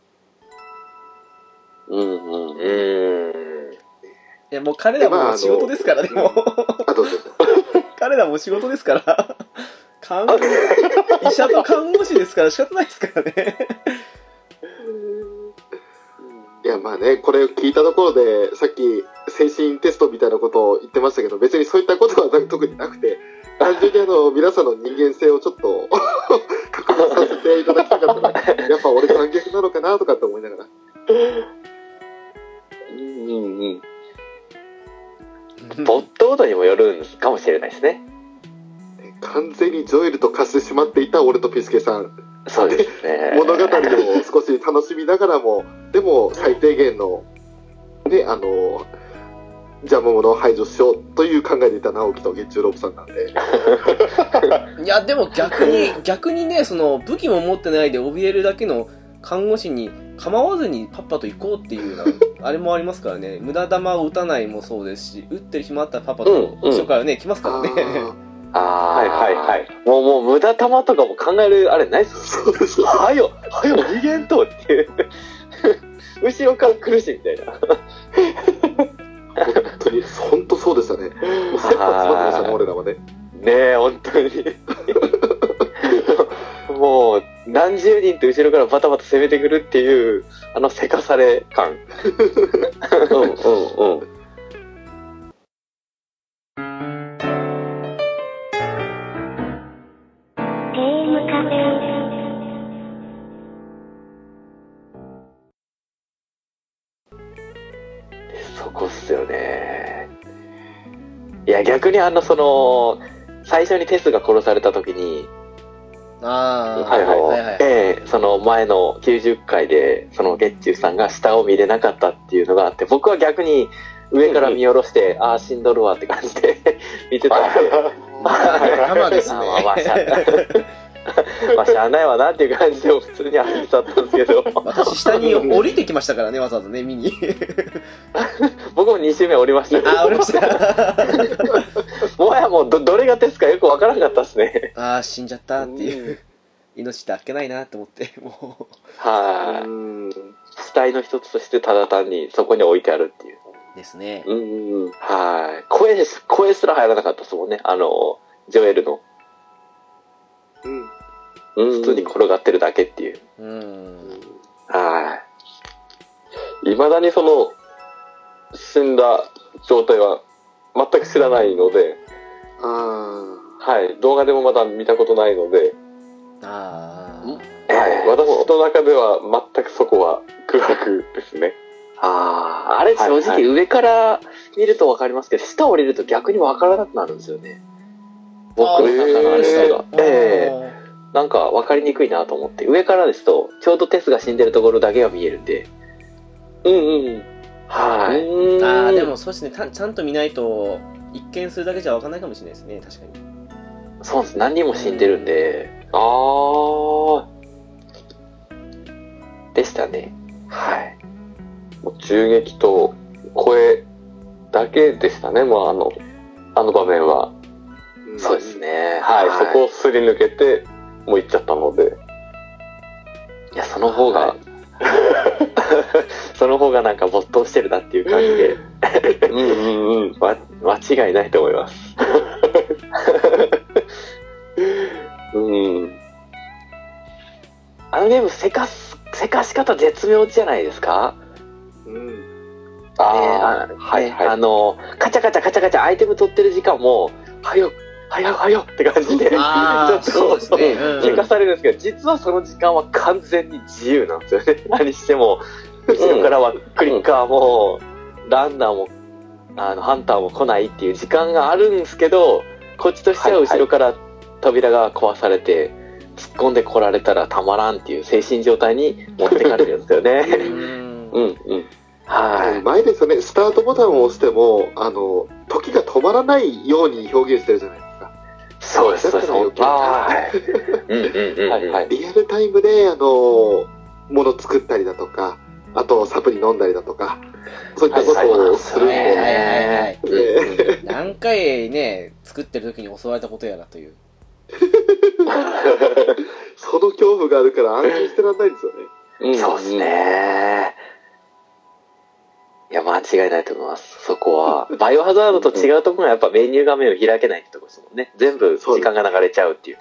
いや、もう彼らも仕事ですからね、もう。彼らも仕事ですから。医者と看護師ですから仕方ないですからね。 いや、まあね、これを聞いたところで、さっき精神テストみたいなことを言ってましたけど、別にそういったことは特になくて、単純に皆さんの人間性をちょっと確認させていただきたかったら、やっぱ俺残虐なのかなとかって思いながら。 ボットごとにもよるかもしれないですね。 完全にジョエルと化してしまっていた俺とピスケさん。 そうですね。 物語を少し楽しみながらも、でも最低限の、ね、邪魔者を排除しようという考えでいた直樹と月中ロブさんなんで。 いや、でも逆にね、その武器も持ってないで怯えるだけの看護師に構わずにパッパと行こうっていうようなあれもありますからね。無駄玉を打たないもそうですし、打ってる暇あったらパパと一緒からね、来ますからね。 はいはいはい。 もう無駄玉とかも考えるあれないっすよ。はよ逃げんとっていう。後ろから来るしみたいな。 本当そうでしたね。もう切羽詰まってましたね、俺らはね。 ねえ、本当に。もう、何十人と後ろからバタバタ攻めてくるっていう、せかされ感。うんうんうん。そこっすよね。いや、逆に最初にテスが殺された時に、その前の90回で、その月中さんが下を見れなかったっていうのがあって、僕は逆に上から見下ろして、ああ、死んどるわって感じで見てたんで、 浜ですね。 まあ、しゃあないわなっていう感じで普通に歩いてたんですけど。 私、下に降りてきましたからね、わざわざね、見に。 僕も2周目降りました。 降りました。 もはやもうどれがテスかよくわからなかったですね。 ああ、死んじゃったっていう。命ってあっけないなと思って、もう。 はい。死体の一つとしてただ単にそこに置いてあるっていう。 ですね。 はい。声すら入らなかったですもんね、ジョエルの。普通に転がってるだけっていう。 はい。未だにその、死んだ状態は全く知らないので、はい。動画でもまだ見たことないので、はい。私の中では全くそこは空白ですね。 あれ正直上から見るとわかりますけど、下降りると逆にわからなくなるんですよね。僕の中のあれが。なんか分かりにくいなと思って、上からですとちょうどテスが死んでるところだけが見えるんで。はい。 でもそうですね、ちゃんと見ないと一見するだけじゃ分かんないかもしれないですね、確かに。 そうです、何人も死んでるんで。でしたね。はい。 もう銃撃と声だけでしたね、もうあの場面は。 そうですね。 はい、そこをすり抜けて、もう行っちゃったので。 いや、その方が、その方がなんか没頭してるなっていう感じで。間違いないと思います。あのゲーム、せかし方絶妙じゃないですか？カチャカチャアイテム取ってる時間も、はよって感じで、ちょっと聞かされるんですけど、実はその時間は完全に自由なんですよね。何しても、後ろからはクリッカーも、ランナーも、ハンターも来ないっていう時間があるんですけど、こっちとしては後ろから扉が壊されて、突っ込んで来られたらたまらんっていう精神状態に持ってかれるんですよね。 前ですよね、スタートボタンを押しても、時が止まらないように表現してるじゃないですか。 そうです、そうです。 リアルタイムで、物作ったりだとか、あとサプリ飲んだりだとか、そういったことをするんで、 何回ね、作ってる時に襲われたことやらという。 その恐怖があるから安心してらんないですよね。 そうですね。いや、間違いないと思います。そこは。バイオハザードと違うところがやっぱメニュー画面を開けないってところですもんね。全部時間が流れちゃうっていう。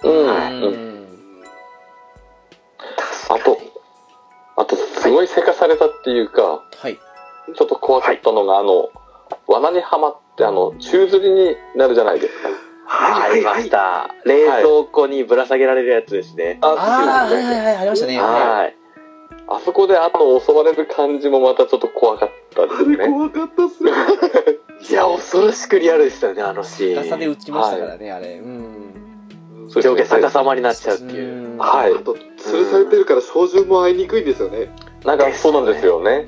あと、すごいせかされたっていうか、ちょっと怖かったのが、罠にはまって、宙吊りになるじゃないですか。 ありました。冷蔵庫にぶら下げられるやつですね。 ありましたね。 あそこで襲われる感じもまたちょっと怖かったですね。 怖かったっすね。 いや、恐ろしくリアルでしたよね、あのシーン。 高さで打ちましたからね、あれ。 上下逆さまになっちゃうっていう。 あと、吊るされてるから照準も合いにくいんですよね。 なんかそうなんですよね。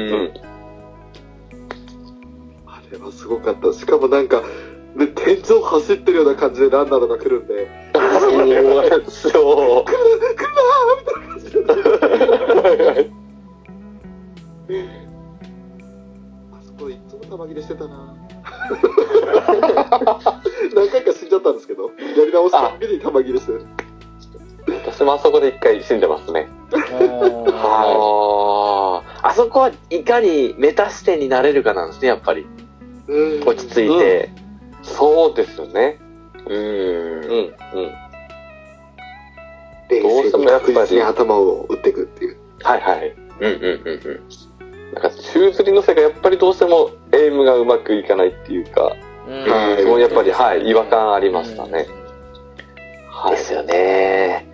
あれはすごかった。しかもなんか、天井走ってるような感じでランナーとか来るんで。 そうですよ。 来るなーみたいな感じで。 もあそこで一回死んでますね。 あそこはいかにメタ視点になれるかなんですね、やっぱり。落ち着いて。 そうですね。 冷静に確実に頭を打っていくっていう。 はいはい。なんか宙吊りの世界やっぱりどうしてもエイムがうまくいかないっていうか、もうやっぱり違和感ありましたね。 ですよね。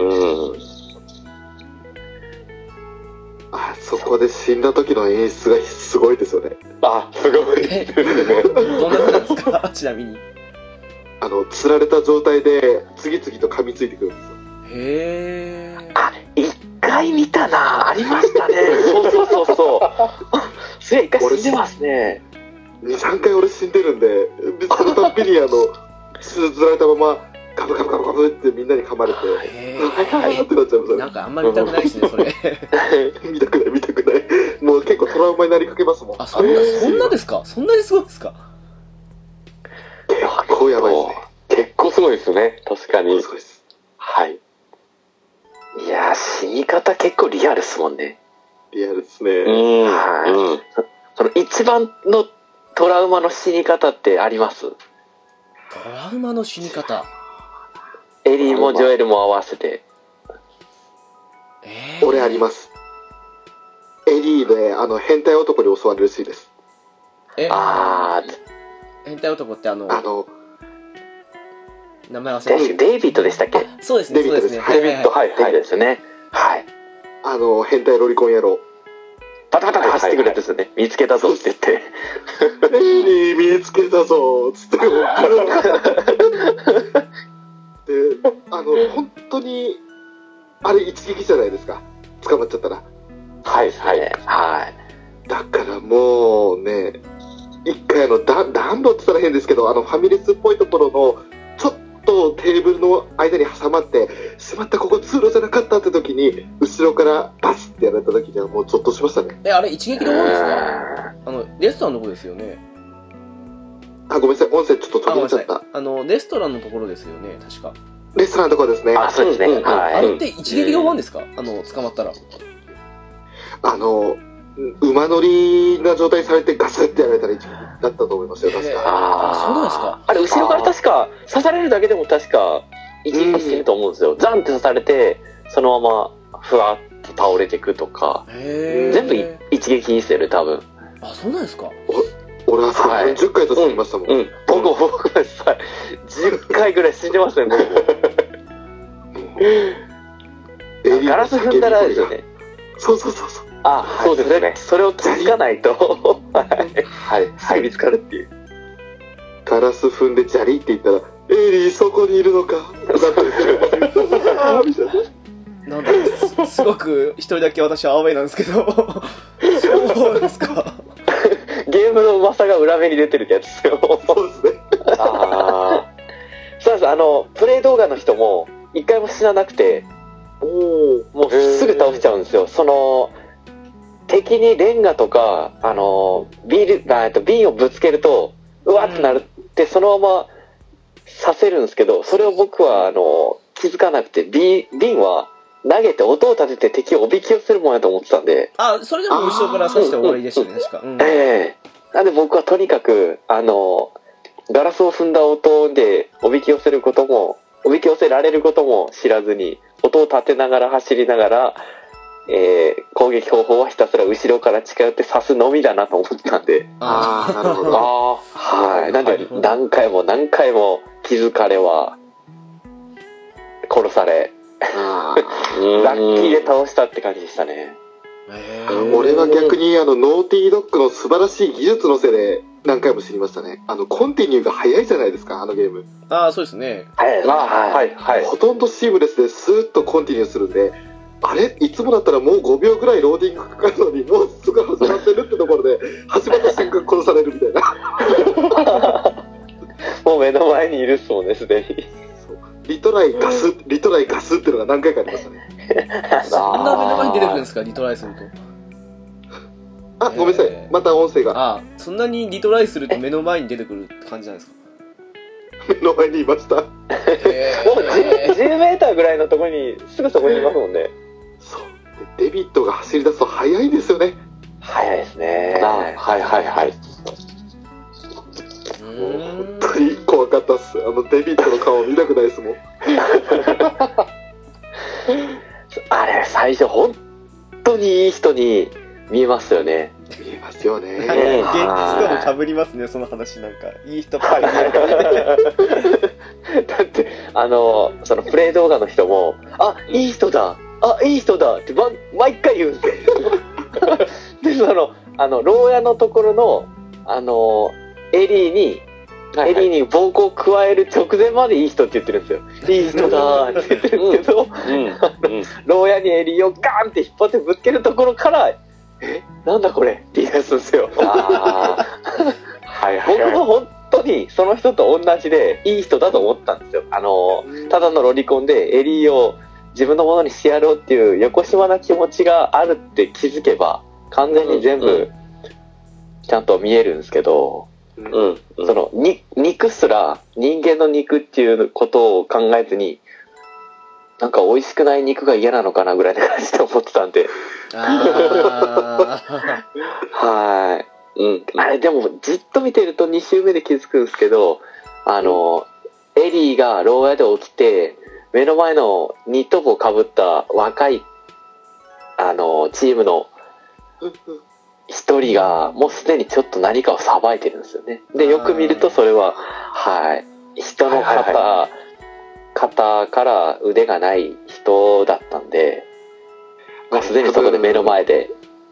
そこで死んだ時の演出がすごいですよね。 すごいですね。 どんなことですか、ちなみに。 釣られた状態で次々と噛みついてくるんですよ。 へー。 一回見たな、ありましたね。そう。それ一回死んでますね。 2、3回俺死んでるんで、そのたっぴに釣られたままガブガブってみんなに噛まれて、ってなっちゃいますよね。 なんかあんまり見たくないですね、それ。 見たくない。もう結構トラウマになりかけますもん。 そんなですか？そんなにすごいですか？ 結構やばいですね。 結構すごいですね、確かに。 すごいです。 はい。 いや、死に方結構リアルですもんね。 リアルですね。 その一番のトラウマの死に方ってあります？ トラウマの死に方。 エリーもジョエルも合わせて。 俺あります。エリーで変態男に襲われるシーンです。 変態男って名前忘れた。 デイビッドでしたっけ？ そうですね。 デイビッドですね。はい。 変態ロリコン野郎。 パタパタって走ってくるんですよね。見つけたぞって言って。 エリー見つけたぞつって。で、本当にあれ一撃じゃないですか。捕まっちゃったら。 はい。 だからもうね、一回暖炉って言ったら変ですけど、ファミレスっぽいところのちょっとテーブルの間に挟まってしまった、ここ通路じゃなかったって時に後ろからバスってやられた時にはもうゾッとしましたね。 あれ一撃で終わるんですか？レストランのとこですよね。 ごめんなさい、音声ちょっと途切れちゃった。 レストランのところですよね、確か。 レストランのところですね。 そうですね。 あれって一撃で終わるんですか？捕まったら。 馬乗りな状態にされてガスってやられたら一撃だったと思いますよ、確か。 そうなんですか。 あれ後ろから確か刺されるだけでも確か一撃死ぬと思うんですよ。ザンって刺されてそのままふわっと倒れていくとか。全部一撃ですよね、多分。 そうなんですか。 俺は10回と死にましたもん。 僕は10回ぐらい死んでましたよ、僕。ガラス踏んだらですよね。 そう。 そうですね。それを気づかないと、すぐ見つかるっていう。 ガラス踏んでジャリって言ったら、エリーそこにいるのか。 なんですごく一人だけ私はアウェイなんですけど。そうですか。 ゲームのうまさが裏目に出てるってやつですよ。 そうですね。 そうです。プレイ動画の人も一回も死ななくて、もうすぐ倒しちゃうんですよ。敵にレンガとか瓶をぶつけるとうわってなるってそのまま刺せるんですけど、それを僕は気づかなくて、瓶は投げて音を立てて敵をおびき寄せるもんやと思ってたんで。 それでも後ろから刺して終わりでしたね、確か。 なんで僕はとにかくガラスを踏んだ音でおびき寄せられることも知らずに、音を立てながら走りながら、攻撃方法はひたすら後ろから近寄って刺すのみだなと思ったんで。 なるほど。 なんで何回も気づかれは殺され、ラッキーで倒したって感じでしたね。 俺は逆にノーティードッグの素晴らしい技術のせいで何回も知りましたね。コンティニューが早いじゃないですか、あのゲーム。 そうですね。 ほとんどシームレスでスーッとコンティニューするんで、あれいつもだったらもう5秒ぐらいローディングかかるのに、もうすぐ始まってるってところで始まった瞬間殺されるみたいな。 もう目の前にいるっすもんね、すでに。 リトライガスっていうのが何回かありましたね。 そんな目の前に出てくるんですか、リトライすると。 ごめんなさい、また音声が。 そんなにリトライすると目の前に出てくるって感じなんですか。 目の前にいました。 もう 10メーターぐらいのところに、すぐそこにいますもんね。 そう。デビッドが走り出すと速いんですよね。 早いですね。 はいはいはい。 本当に怖かったっす。デビッドの顔見たくないですもん。 あれ、最初、本当にいい人に見えますよね。 見えますよね。 現実とも被りますね、その話なんか。いい人っぽい見えるから。 だって、そのプレイ動画の人も、あ、いい人だいい人だって毎回言うんですよ。で、牢屋のところの、エリーに暴行を加える直前までいい人って言ってるんですよ。いい人だーって言ってるんですけど、牢屋にエリーをガーンって引っ張ってぶつけるところから、なんだこれって言い出すんですよ。僕も本当にその人と同じでいい人だと思ったんですよ。ただのロリコンでエリーを自分のものにしてやろうっていう横島な気持ちがあるって気づけば、完全に全部ちゃんと見えるんですけど、肉すら人間の肉っていうことを考えずに、なんか美味しくない肉が嫌なのかなぐらいな感じで思ってたんで。はい。あれでもじっと見てると2周目で気づくんですけど、エリーが牢屋で起きて、目の前のニット帽をかぶった若い、チームの一人がもうすでにちょっと何かをさばいてるんですよね。で、よく見るとそれは、人の肩から腕がない人だったんで、もうすでにそこで目の前で、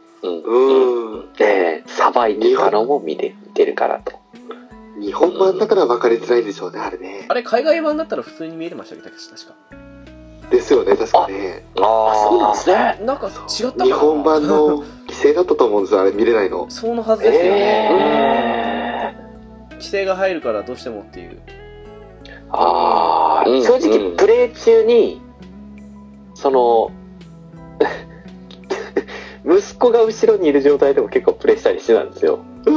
さばいてたのも見てるからと。 日本版だから分かりづらいんでしょうね、あれね。 あれ、海外版だったら普通に見えてましたっけ、確か。 ですよね、確かね。 そうなんですね。 なんか違ったかな。 日本版の規制だったと思うんですよ、あれ見れないの。 そのはずですよね。規制が入るからどうしてもっていう。 正直プレイ中に息子が後ろにいる状態でも結構プレイしたりしてたんですよ。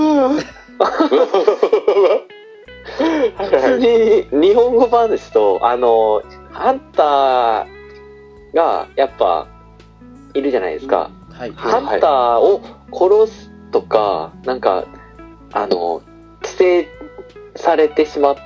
普通に日本語版ですとハンターがやっぱいるじゃないですか。ハンターを殺すとかなんか規制されてしまって、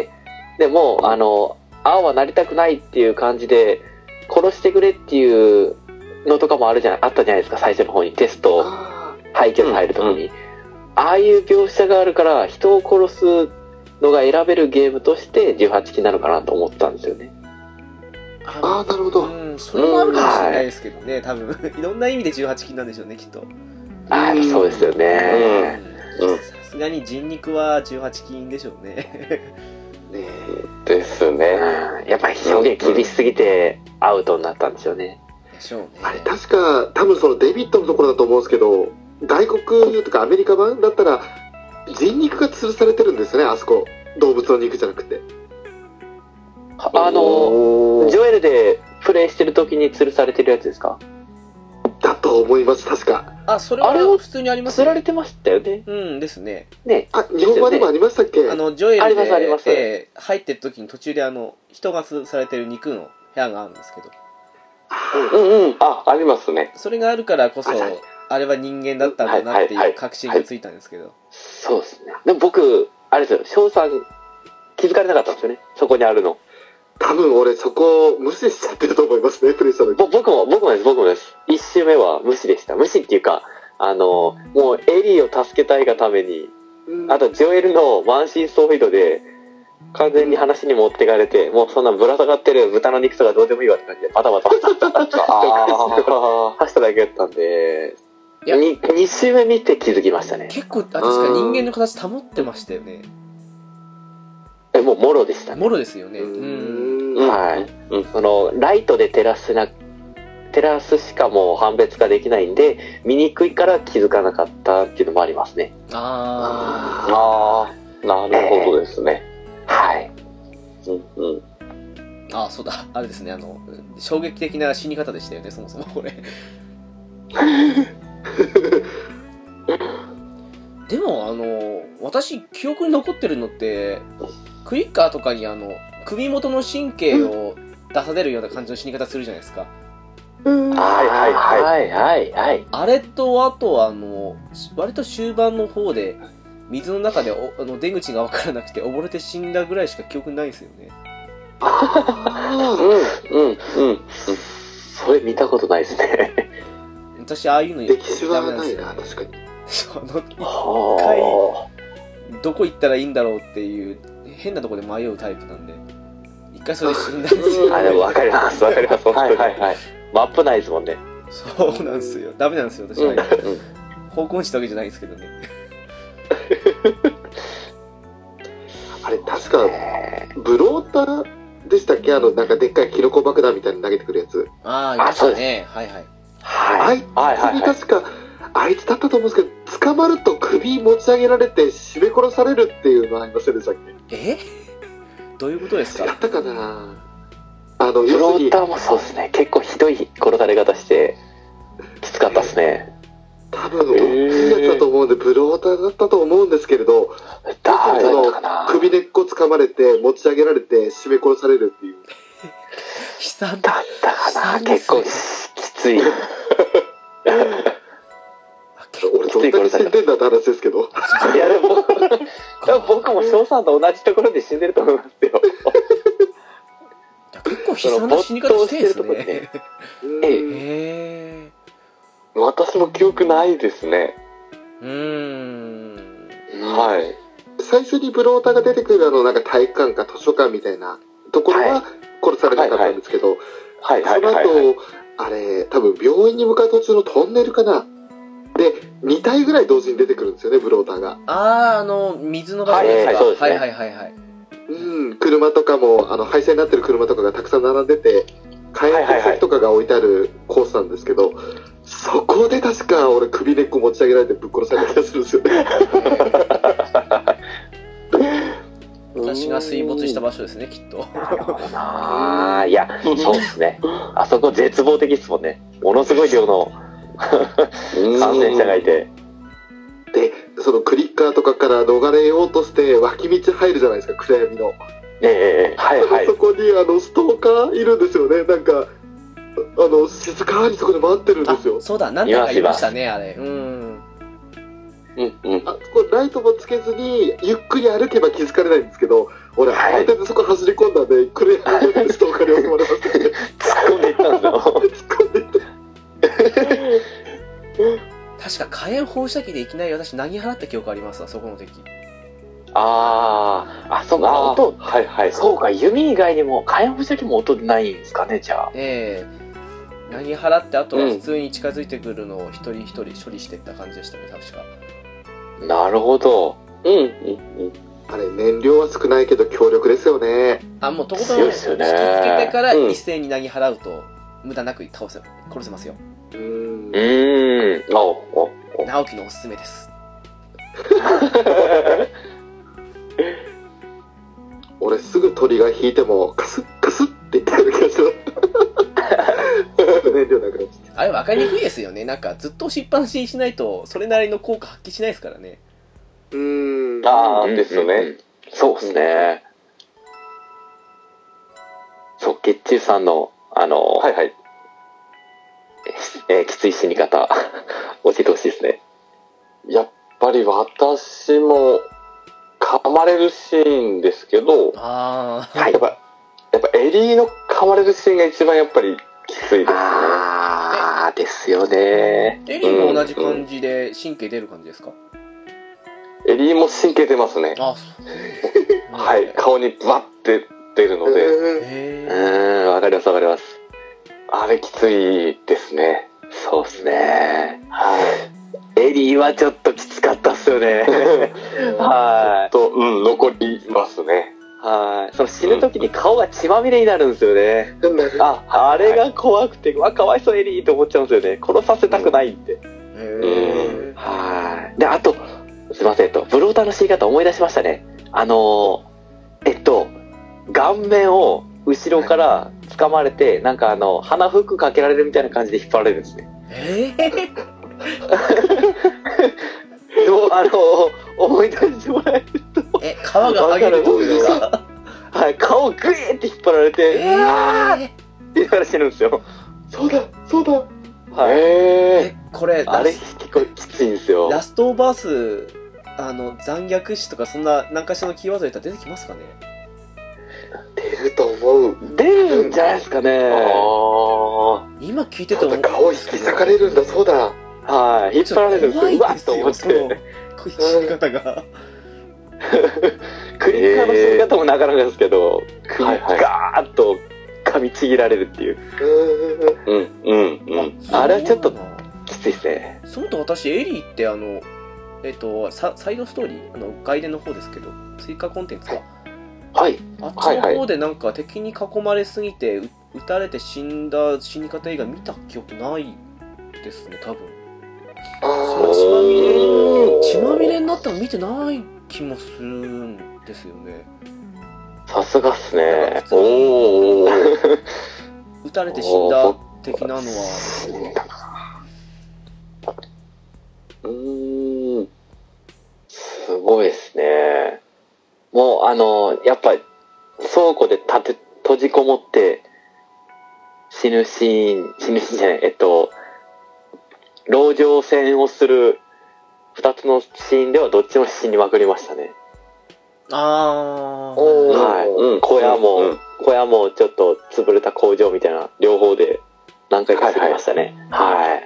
でもああはなりたくないっていう感じで殺してくれっていうのとかもあったじゃないですか、最初の方にテスト廃墟に入るときに、ああいう描写があるから人を殺すのが選べるゲームとして18禁なのかなと思ったんですよね。 なるほど。 それもあるかもしれないですけどね、多分いろんな意味で18禁なんでしょうね、きっと。 そうですよね。 さすがに人肉は18禁でしょうね。 ですね。 やっぱり表現厳しすぎてアウトになったんでしょうね。 でしょうね。 あれ確か多分そのデビットのところだと思うんですけど、外国とかアメリカ版だったら人肉が吊るされてるんですよね、あそこ。動物の肉じゃなくて。 ジョエルでプレイしてる時に吊るされてるやつですか？ だと思います、確か。 それは普通にありますね。吊られてましたよね。 ですね。 日本版でもありましたっけ？ ジョエルで入ってる時に途中で人が吊るされてる肉の部屋があるんですけど。 ありますね。 それがあるからこそ、あれは人間だったんだなっていう確信がついたんですけど。 そうですね。でも僕、あれですよ、翔さん気づかれなかったんですよね、そこにあるの。 多分俺そこ無視しちゃってると思いますね、プレイした時。 僕もです。一周目は無視でした。無視っていうか、もうエリーを助けたいがために、あとジョエルの満身創痍度で、完全に話に持ってかれて、もうそんなぶら下がってる豚の肉とかどうでもいいわって感じで、バタバタ走っただけだったんで、2周目見て気づきましたね。 結構、確か人間の形保ってましたよね。 もうもろでしたね。 もろですよね。 はい。ライトで照らすしかもう判別ができないんで、見にくいから気づかなかったっていうのもありますね。 なるほどですね。 はい。 そうだ、あれですね、衝撃的な死に方でしたよね、そもそもこれ。でも、私、記憶に残ってるのって、 クイッカーとかに首元の神経を出されるような感じの死に方するじゃないですか。 はい。 あれと、あと割と終盤の方で、水の中で出口が分からなくて溺れて死んだぐらいしか記憶ないんですよね。 それ見たことないですね。 私、ああいうの歴史はないな、確かに。 一回、どこ行ったらいいんだろうっていう、変なところで迷うタイプなんで、一回それで死んだんですよ。 でも分かります。はい。マップないですもんね。 そうなんですよ。ダメなんですよ、私は。方向音痴だけじゃないんですけどね。 あれ、確か、ブロータでしたっけ？なんかでっかいキノコ爆弾みたいに投げてくるやつ。 ありましたね。はい。 あいつに確か、あいつだったと思うんですけど、捕まると首持ち上げられて絞め殺されるっていうのありませんでしたっけ？ どういうことですか？ やったかな？ ブローターもそうですね。結構ひどい殺され方して、きつかったですね。 多分、大きいやつだと思うんで、ブローターだったと思うんですけれど、首根っこ掴まれて、持ち上げられて、絞め殺されるっていう。 悲惨だったかな？結構きつい。 俺、どんだけ死んでんだって話ですけど。 いや、でも僕も翔さんと同じところで死んでると思いますよ。 結構悲惨な死に方してるんですね。 私も記憶ないですね。 はい。最初にブローターが出てくるなんか体育館か図書館みたいなところは殺されなかったんですけど、その後、あれ、多分病院に向かう途中のトンネルかな。で、2体ぐらい同時に出てくるんですよね、ブローターが。 水の場所ですか？はい。 車とかも、廃車になってる車とかがたくさん並んでて、火炎放射器とかが置いてあるコースなんですけど、そこで確か俺首根っこ持ち上げられてぶっ殺された気がするんですよね。 私が水没した場所ですね、きっと。 いや、そうですね。あそこ絶望的ですもんね。ものすごい量の感染者がいて。 で、そのクリッカーとかから逃れようとして脇道入るじゃないですか、暗闇の。そこにストーカーいるんですよね。なんか静かにそこで待ってるんですよ。 そうだ、何回かいましたね、あれ。これライトもつけずにゆっくり歩けば気づかれないんですけど、俺慌ててそこ走り込んだんで、暗闇でストーカーに襲われましたね。 突っ込んでいったんですよ。 確か火炎放射器でいきなり私投げ払った記憶ありますわ、そこの時。 そうか、音。そうか、弓以外にも火炎放射器も音ないんですかね、じゃあ。 投げ払って、あとは普通に近づいてくるのを一人一人処理していった感じでしたね、確か。 なるほど。 あれ、燃料は少ないけど強力ですよね。 もうとことん引きつけてから一斉に投げ払うと、無駄なく殺せますよ。直樹のおすすめです。 俺すぐ鳥が引いてもカスッカスッって言ってる気がする。燃料なくなっちゃって。 あれ分かりにくいですよね。なんかずっと押しっぱなしにしないとそれなりの効果発揮しないですからね。 ですね。 そうですね。そう、月中さんのきつい死に方教えてほしいですね。 やっぱり私も噛まれるシーンですけど、やっぱエリーの噛まれるシーンが一番やっぱりきついですね。 ですよね。 エリーも同じ感じで神経出る感じですか？ エリーも神経出ますね。はい、顔にバッて出るので。 わかります。 あれきついですね。 そうですね。エリーはちょっときつかったっすよね。 残りますね。 その死ぬ時に顔が血まみれになるんですよね。あれが怖くて、かわいそうエリーと思っちゃうんですよね。殺させたくないんで。で、あと、すいません、ブローターの死に方思い出しましたね。顔面を後ろから掴まれて、なんか鼻フックかけられるみたいな感じで引っ張られるんですね。思い出してもらえると。 皮が剥げるってことですか？ はい、顔をグイーって引っ張られて、うわーって言いながら死ぬんですよ。 そうだ、そうだ。 はい。 これ、 あれ結構きついんですよ。 ラストバース、残虐死とかそんな何かしらのキーワード入れたら出てきますかね？ 出ると思う。 出るんじゃないですかね。 今聞いてても顔引き裂かれるんだ、そうだ。 はい、引っ張られるんですよ。うわっと思って。 こういう死に方が。 クリッカーの死に方もなかなかですけど、ガーッと噛みちぎられるっていう。あれはちょっときついですね。 そのと私、エリーってサイドストーリー、外伝の方ですけど、追加コンテンツか。 はい。 あっちの方でなんか敵に囲まれすぎて、撃たれて死に方以外見た記憶ないですね、多分。血まみれになったの見てない気もするんですよね。 さすがっすね。 撃たれて死んだ的なのはですね。 すごいですね。もうやっぱり倉庫で閉じこもって死ぬシーンじゃない、籠城戦をする2つのシーンではどっちも死にまくりましたね。はい。小屋もちょっと潰れた工場みたいな両方で何回か死にましたね。はい。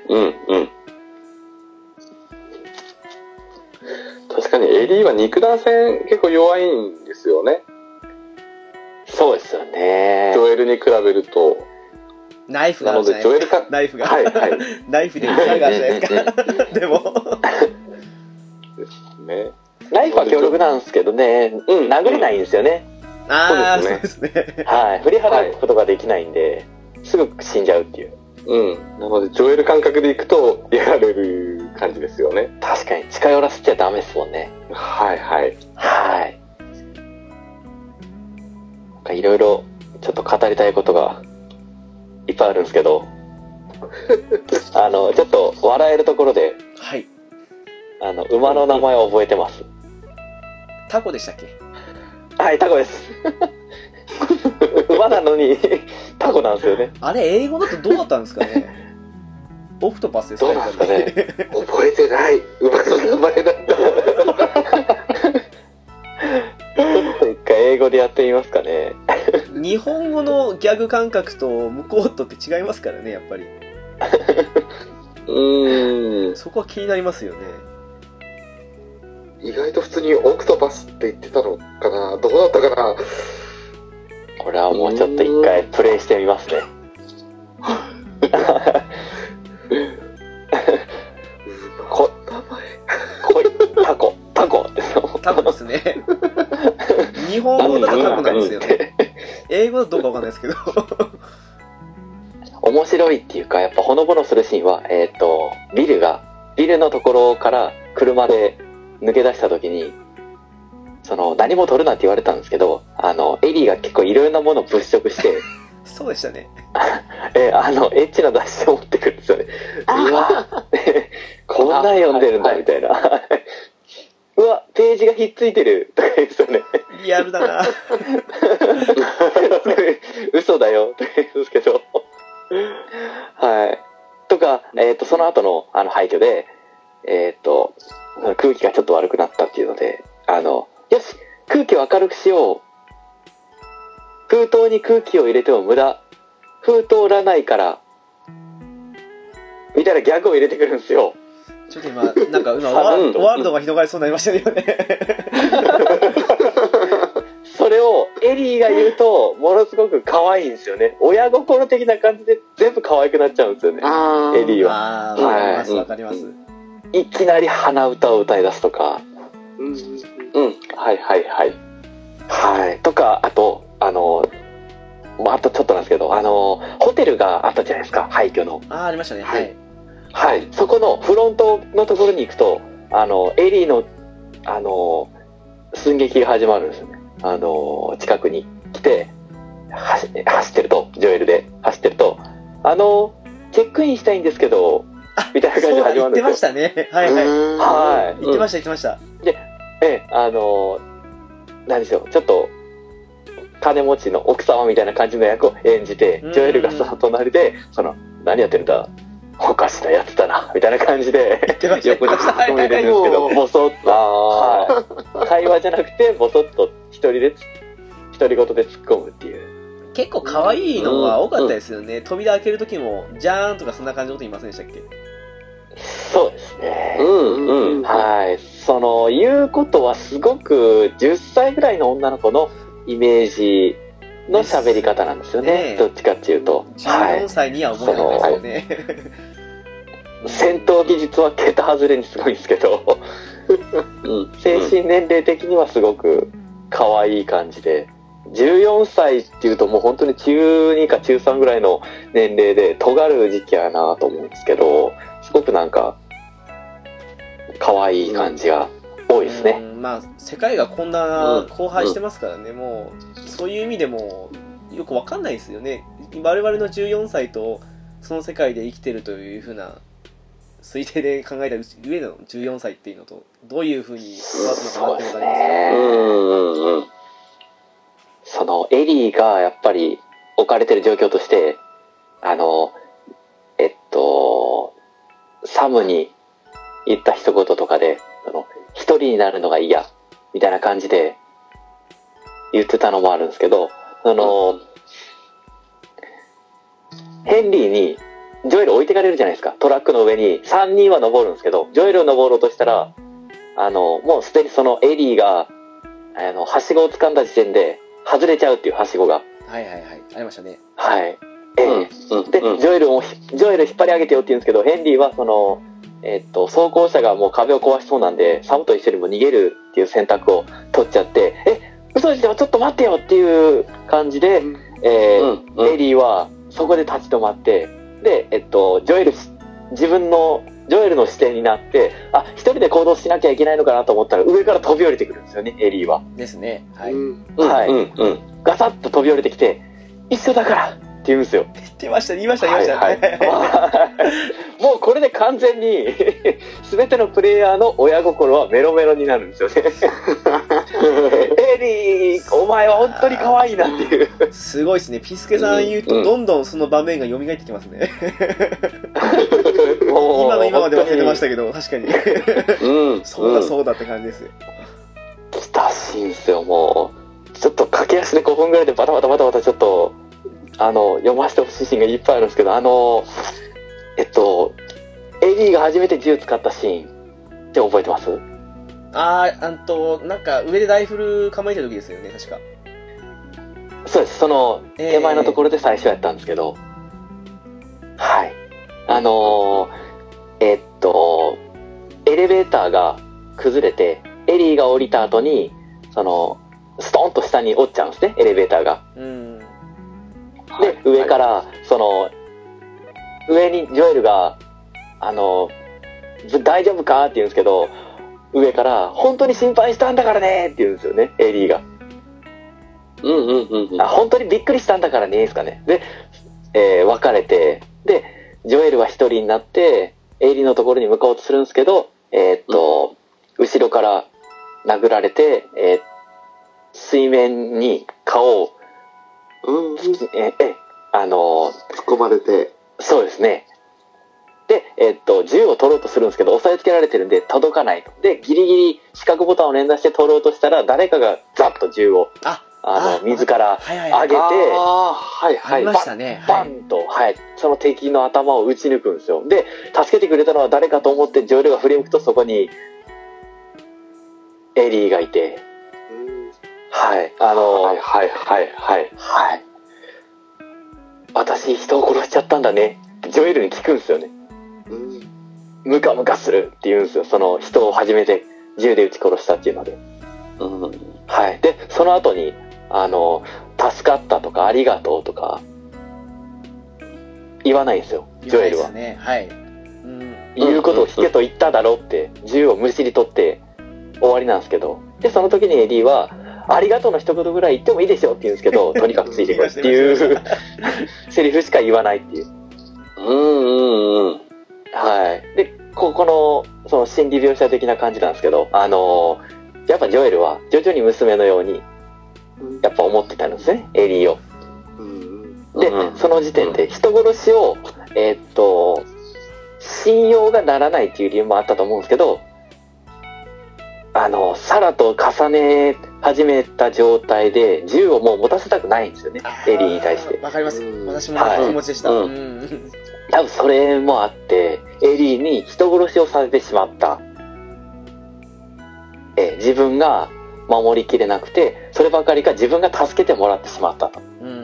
確かにエリーは肉弾戦結構弱いんですよね。 そうですよね。 ジョエルに比べると。 ナイフがあるじゃないですか。ナイフが。ナイフでギャーがあるじゃないですか。でも。 ですね。 ナイフは強力なんですけどね、殴れないんですよね。 そうですね。 はい。振り払うことができないんで、すぐ死んじゃうっていう。 なので、ジョエル感覚でいくと、やられる感じですよね。 確かに、近寄らせちゃダメですもんね。いろいろ、ちょっと語りたいことが、いっぱいあるんですけど、ちょっと笑えるところで、 はい。 馬の名前を覚えてます。 タコでしたっけ？ はい、タコです。馬なのにタコなんですよね。 あれ、英語だとどうだったんですかね？オクトパスですかね？ どうなんですかね。 覚えてない。馬の名前だった。 ちょっと一回英語でやってみますかね。 日本語のギャグ感覚と向こうとって違いますからね、やっぱり。そこは気になりますよね。 意外と普通にオクトパスって言ってたのかな、どうだったかな。 これはもうちょっと一回プレイしてみますね。 タコですね。日本語だとタコなんですよね。英語だとどうかわかんないですけど。 面白いっていうか、やっぱほのぼのするシーンは、ビルのところから車で抜け出した時に、何も取るなって言われたんですけど、エリーが結構いろいろなものを物色して、 そうでしたね。 エッチな雑誌を持ってくるんですよね。うわこんなん読んでるんだ、みたいな。うわ、ページがひっついてるとか言うんですよね。 リアルだな。 嘘だよとか言うんですけど。はい。とか、その後の、廃墟で、空気がちょっと悪くなったっていうので、よし、空気を明るくしよう。封筒に空気を入れても無駄。封筒いらないから。みたいなギャグを入れてくるんですよ。 ちょっと今、なんかワールドが広がりそうになりましたね。 それをエリーが言うと、ものすごく可愛いんですよね。親心的な感じで全部可愛くなっちゃうんですよね。エリーは。 わかります。 いきなり鼻歌を歌い出すとか。はい。とか、あと、あとちょっとなんですけど、ホテルがあったじゃないですか、廃墟の。 ありましたね。はい。 はい。そこのフロントのところに行くと、エリーの、寸劇が始まるんですよね。近くに来て、走ってると、ジョエルで走ってると、チェックインしたいんですけど、みたいな感じで始まるんですよ。 言ってましたね。はい。言ってました。 で、 なんでしょう、ちょっと、金持ちの奥様みたいな感じの役を演じて、ジョエルがその隣で、何やってるんだ、おかしなやつだな、みたいな感じで、横に突っ込んでるんですけど、ボソッと、会話じゃなくて、ボソッと独り言で突っ込むっていう。 結構可愛いのが多かったですよね。扉開けるときも、じゃーんとかそんな感じのこと言いませんでしたっけ？ そうですね。はい。言うことはすごく10歳ぐらいの女の子のイメージの喋り方なんですよね。どっちかっていうと。 14歳には思えないですよね。 戦闘技術は桁外れにすごいんですけど、精神年齢的にはすごく可愛い感じで、14歳っていうともう本当に中2か中3ぐらいの年齢で尖る時期やなと思うんですけど、すごくなんか可愛い感じが多いですね。 まあ世界がこんな荒廃してますからね、もうそういう意味でもよくわかんないですよね。我々の14歳とその世界で生きてるというふうな推定で考えた上での14歳っていうのとどういうふうに育つのかなってことありますか？ エリーがやっぱり置かれてる状況として、サムに言った一言とかで、一人になるのが嫌、みたいな感じで言ってたのもあるんですけど、ヘンリーにジョエル置いてかれるじゃないですか。トラックの上に3人は登るんですけど、ジョエルを登ろうとしたら、もうすでにエリーが、はしごを掴んだ時点で、外れちゃうっていうはしごが。 はいはいはい。ありましたね。 はい。で、ジョエル引っ張り上げてよって言うんですけど、ヘンリーは装甲車がもう壁を壊しそうなんで、サムと一緒にも逃げるっていう選択を取っちゃって、嘘でしょ、ちょっと待ってよっていう感じで、エリーはそこで立ち止まって、で、ジョエルの視点になって、一人で行動しなきゃいけないのかなと思ったら、上から飛び降りてくるんですよね、エリーは。 ですね。はい。 はい。ガサッと飛び降りてきて、一緒だからって言うんですよ。 言いましたね。 もうこれで完全に、全てのプレイヤーの親心はメロメロになるんですよね。エリー、お前は本当に可愛いなっていう。 すごいですね。ピスケさん言うと、どんどんその場面が蘇ってきますね。今まで忘れてましたけど、確かに。そうだって感じですよ。 親しいんですよ、もう。ちょっと駆け足で5分ぐらいでバタバタちょっと、読ませてほしいシーンがいっぱいあるんですけど、エリーが初めて銃使ったシーンって覚えてます？ なんか上でライフル構えてる時ですよね、確か。 そうです、手前のところで最初やったんですけど、はい。エレベーターが崩れて、エリーが降りた後に、ストンと下に落ちちゃうんですね、エレベーターが。で、上から、上にジョエルが、大丈夫かって言うんですけど、上から、本当に心配したんだからねって言うんですよね、エリーが。本当にびっくりしたんだからねですかね。で、別れて、で、ジョエルは一人になって、エリーのところに向かおうとするんですけど、後ろから殴られて、水面に顔を、 突っ込まれて。 そうですね。で、銃を取ろうとするんですけど、押さえつけられてるんで届かないと。で、ギリギリ四角ボタンを連打して取ろうとしたら、誰かがザッと銃を、自ら上げて、 ありましたね。 バンと、その敵の頭を撃ち抜くんですよ。で、助けてくれたのは誰かと思って、ジョエルが振り向くとそこに、エリーがいて、私人を殺しちゃったんだねってジョエルに聞くんですよね。ムカムカするって言うんですよ。人を初めて銃で撃ち殺したっていうので。で、その後に、助かったとかありがとうとか、言わないんですよ、ジョエルは。言うことを聞けと言っただろうって、銃をむしり取って終わりなんですけど、で、その時にエディは、ありがとうの一言ぐらい言ってもいいでしょって言うんですけど、とにかくついてこいっていうセリフしか言わないっていう。で、ここの、心理描写的な感じなんですけど、 やっぱジョエルは徐々に娘のように、やっぱ思ってたんですね、エリーを。で、その時点で人殺しを、信用がならないっていう理由もあったと思うんですけど、サラと重ね始めた状態で銃をもう持たせたくないんですよね、エリーに対して。 わかります。私も気持ちでした。 多分それもあって、エリーに人殺しをさせてしまった。自分が守りきれなくて、そればかりか自分が助けてもらってしまったと。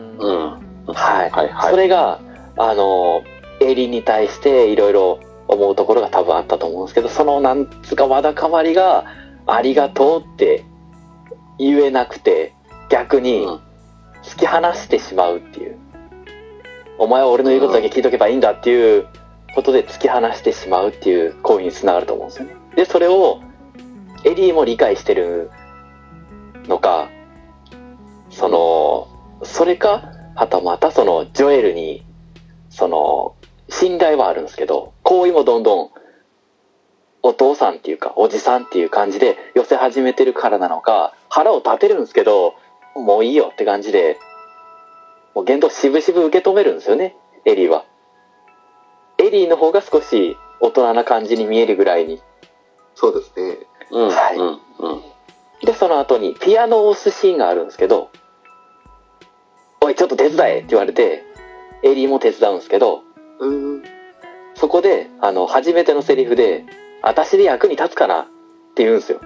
それが、エリーに対していろいろ思うところが多分あったと思うんですけど、そのなんつうかわだかまりが、ありがとうって言えなくて、逆に突き放してしまうっていう。お前は俺の言うことだけ聞いとけばいいんだっていうことで突き放してしまうっていう行為につながると思うんですよね。で、それをエリーも理解してるのか、それか、はたまたジョエルに、信頼はあるんですけど、行為もどんどんお父さんっていうか、おじさんっていう感じで寄せ始めてるからなのか、腹を立てるんですけど、もういいよって感じで、もう言動しぶしぶ受け止めるんですよね、エリーは。エリーの方が少し大人な感じに見えるぐらいに。 そうですね。 で、その後にピアノを押すシーンがあるんですけど、おい、ちょっと手伝えって言われて、エリーも手伝うんですけど、そこで、初めてのセリフで、私で役に立つかなって言うんですよ。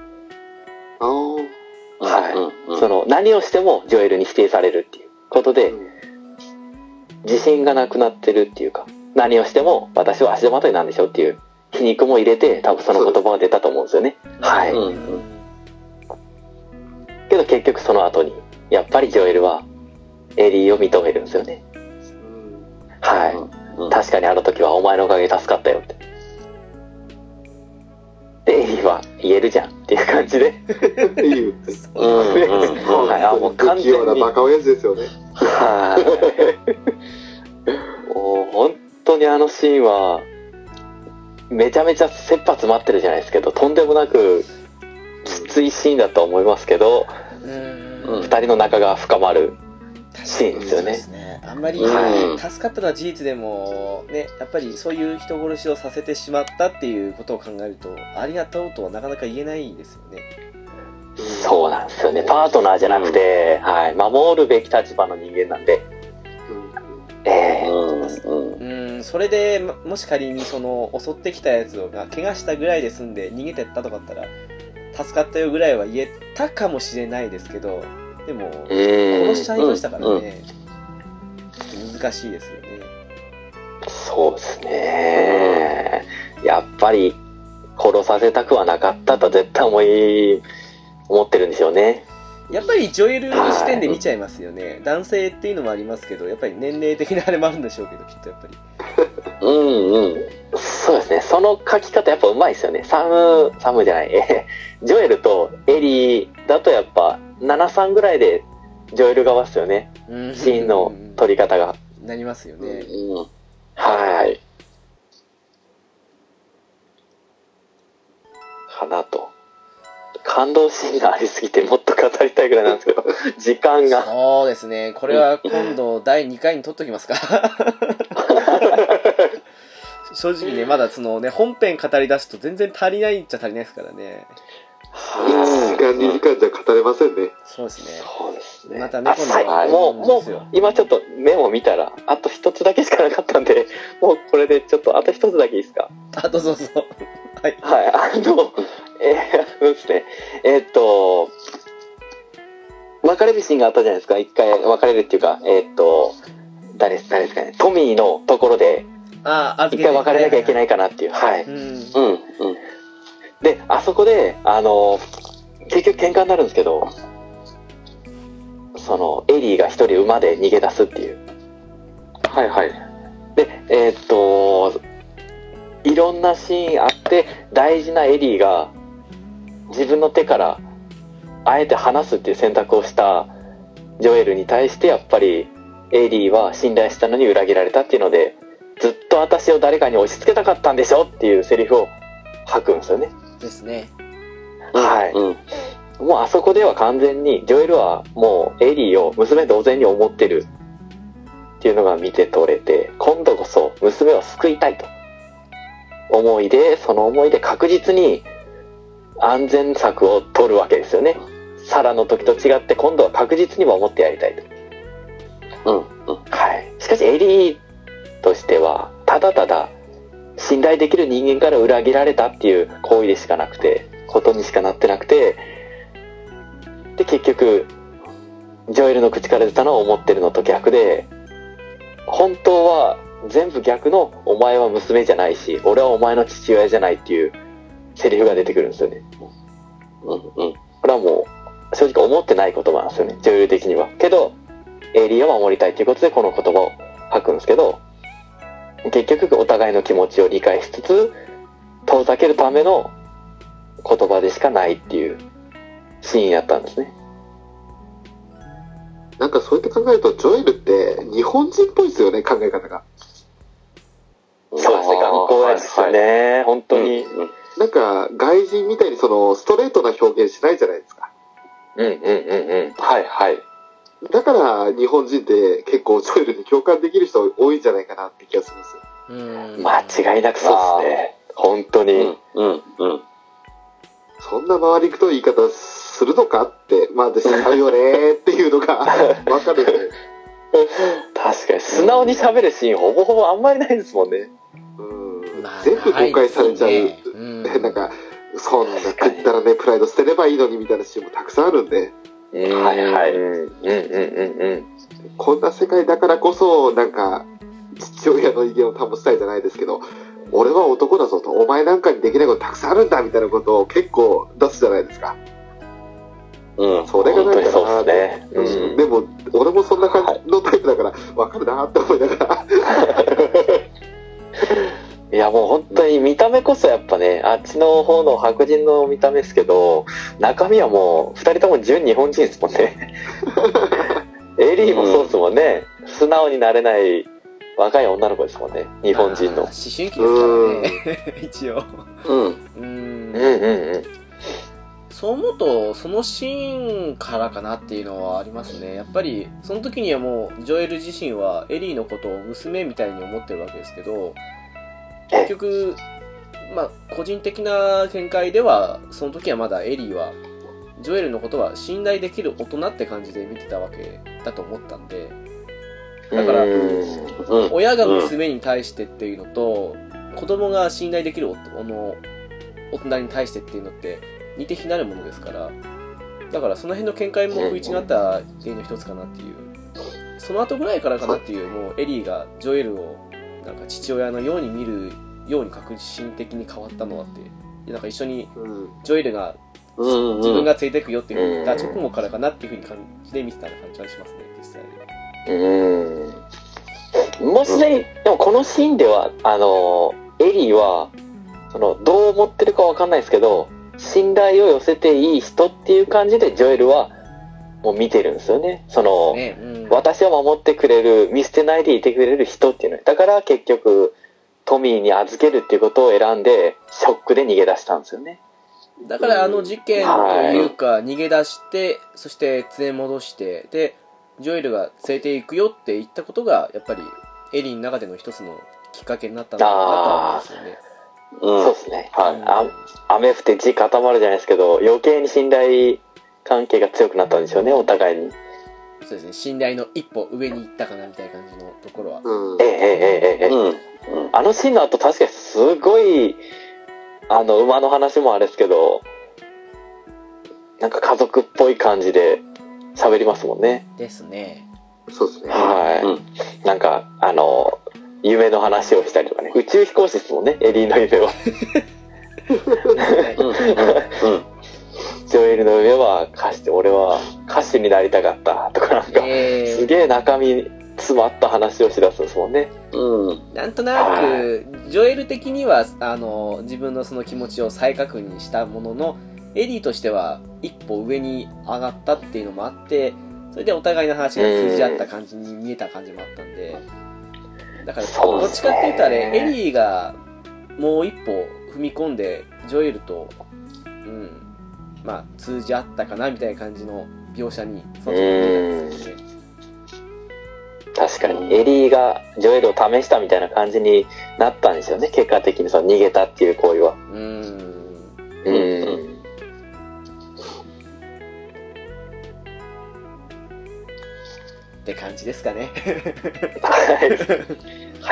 何をしてもジョエルに否定されるっていうことで、自信がなくなってるっていうか、何をしても私は足手まといなんでしょっていう皮肉も入れて、多分その言葉が出たと思うんですよね。けど結局その後に、やっぱりジョエルはエリーを認めるんですよね。確かにあの時はお前のおかげで助かったよって。で、エリーは言えるじゃんっていう感じで。 言うって。 もう完全に。 不器用なバカ親父ですよね。 もう本当にあのシーンは、めちゃめちゃ切羽詰まってるじゃないですけど、とんでもなくきついシーンだと思いますけど、二人の仲が深まるシーンですよね。 あんまり助かったのは事実でもね、やっぱりそういう人殺しをさせてしまったっていうことを考えると、ありがとうとはなかなか言えないですよね。 そうなんですよね。パートナーじゃなくて、守るべき立場の人間なんで。 それでもし仮に襲ってきたやつが怪我したぐらいで済んで逃げてったとかだったら助かったよぐらいは言えたかもしれないですけど、でも殺しちゃいましたからね。難しいですよね。 そうですね。やっぱり殺させたくはなかったと絶対思ってるんでしょうね。 やっぱりジョエル視点で見ちゃいますよね。男性っていうのもありますけど、やっぱり年齢的なあれもあるんでしょうけど、きっとやっぱり。 そうですね。その書き方やっぱうまいですよね。サムじゃない。ジョエルとエリーだとやっぱ7-3ぐらいでジョエル側ですよね。シーンの撮り方が。 なりますよね。 かなと。感動シーンがありすぎてもっと語りたいぐらいなんですけど、時間が。 そうですね。これは今度第2回に撮っときますか。正直ね、まだ本編語り出すと全然足りないっちゃ足りないですからね。 1時間2時間じゃ語れませんね。 そうですね。 そうですね。 またね、 もう今ちょっとメモ見たらあと一つだけしかなかったんで、もうこれでちょっとあと一つだけいいですか。 どうぞ。はい。 ですね。別れるシーンがあったじゃないですか。一回別れるっていうか、誰ですかね。トミーのところで、一回別れなきゃいけないかなっていう。で、あそこで、結局喧嘩になるんですけど、エリーが一人馬で逃げ出すっていう。で、いろんなシーンあって、大事なエリーが自分の手からあえて離すっていう選択をしたジョエルに対して、やっぱりエリーは信頼したのに裏切られたっていうので、ずっと私を誰かに押し付けたかったんでしょっていうセリフを吐くんですよね。 ですね。 もうあそこでは完全にジョエルはもうエリーを娘同然に思ってるっていうのが見て取れて、今度こそ娘を救いたいとその思いで確実に安全策を取るわけですよね。サラの時と違って今度は確実に守ってやりたいと。はい。しかしエリーとしてはただただ信頼できる人間から裏切られたっていう行為でしかなくて、ことにしかなってなくて、で結局ジョエルの口から出たのは思ってるのと逆で、本当は全部逆のお前は娘じゃないし俺はお前の父親じゃないっていうセリフが出てくるんですよね。これはもう正直思ってない言葉なんですよね、ジョエル的には。けどエリーを守りたいということでこの言葉を吐くんですけど、結局お互いの気持ちを理解しつつ遠ざけるための言葉でしかないっていうシーンやったんですね。 なんかそうやって考えるとジョエルって日本人っぽいですよね、考え方が。 そうですね、学校やですよね、本当に。 なんか外人みたいにそのストレートな表現しないじゃないですか。 はいはい。 だから日本人って結構ジョエルに共感できる人多いんじゃないかなって気がしますよ。 間違いなくそうですね、本当に。 そんな回りくどい言い方するのかって、まあでしちゃうよねっていうのがわかるんで。 確かに素直に喋るシーンほぼほぼあんまりないですもんね。 全部誤解されちゃう。なんかそんな食ったらねプライド捨てればいいのにみたいなシーンもたくさんあるんで。こんな世界だからこそなんか父親の威厳を保ちたいじゃないですけど、俺は男だぞと、お前なんかにできないことたくさんあるんだみたいなことを結構出すじゃないですか。それがないかなって、でも俺もそんな感じのタイプだから分かるなって思いながらいやもう本当に見た目こそやっぱね、あっちの方の白人の見た目ですけど、中身はもう2人とも純日本人ですもんねエリーもそうですもんね、素直になれない若い女の子ですもんね、日本人の。 思春期ですからね一応。そう思うとそのシーンからかなっていうのはありますね。やっぱりその時にはもうジョエル自身はエリーのことを娘みたいに思ってるわけですけど、結局まあ個人的な見解ではその時はまだエリーはジョエルのことは信頼できる大人って感じで見てたわけだと思ったんで、だから親が娘に対してっていうのと子供が信頼できる大人に対してっていうのって似て非なるものですから、だからその辺の見解も食い違った原因の一つかなっていう、その後ぐらいからかなっていう、もうエリーがジョエルをなんか父親のように見るように革新的に変わったのはって、なんか一緒にジョエルが自分が連れてくよっていうふうに言った直後からかなっていうふうに感じで見てた感じはしますね、実際。 もしね、でもこのシーンではエリーはどう思ってるかわかんないですけど、信頼を寄せていい人っていう感じでジョエルはもう見てるんですよね。私を守ってくれる、見捨てないでいてくれる人っていうの。だから結局トミーに預けるっていうことを選んでショックで逃げ出したんですよね。 だから事件というか、逃げ出してそして連れ戻して、でジョエルが連れて行くよって言ったことがやっぱりエリーの中での一つのきっかけになったのかなと思うんですよね。 そうですね。雨降って地固まるじゃないですけど、余計に信頼関係が強くなったんでしょうね、お互いに。 そうですね、信頼の一歩上に行ったかなみたいな感じのところは。 あのシーンの後確かにすごい馬の話もあれですけど、なんか家族っぽい感じで喋りますもんね。 ですね。 そうですね。 なんか夢の話をしたりとかね、宇宙飛行士ですもんね、エリーの夢は。ジョエルの夢は俺は歌手になりたかったとか、なんか、すげえ中身詰まった話をしだすんですもんね。 なんとなくジョエル的には自分のその気持ちを再確認したものの、エリーとしては一歩上に上がったっていうのもあって、それでお互いの話が通じ合った感じに見えた感じもあったんで、だからどっちかって言ったらエリーがもう一歩踏み込んでジョエルと、 まあ通じ合ったかなみたいな感じの描写にその時見えたんですよね。 確かにエリーがジョエルを試したみたいな感じになったんですよね、結果的にその逃げたっていう行為は。 って感じですかね。 はい。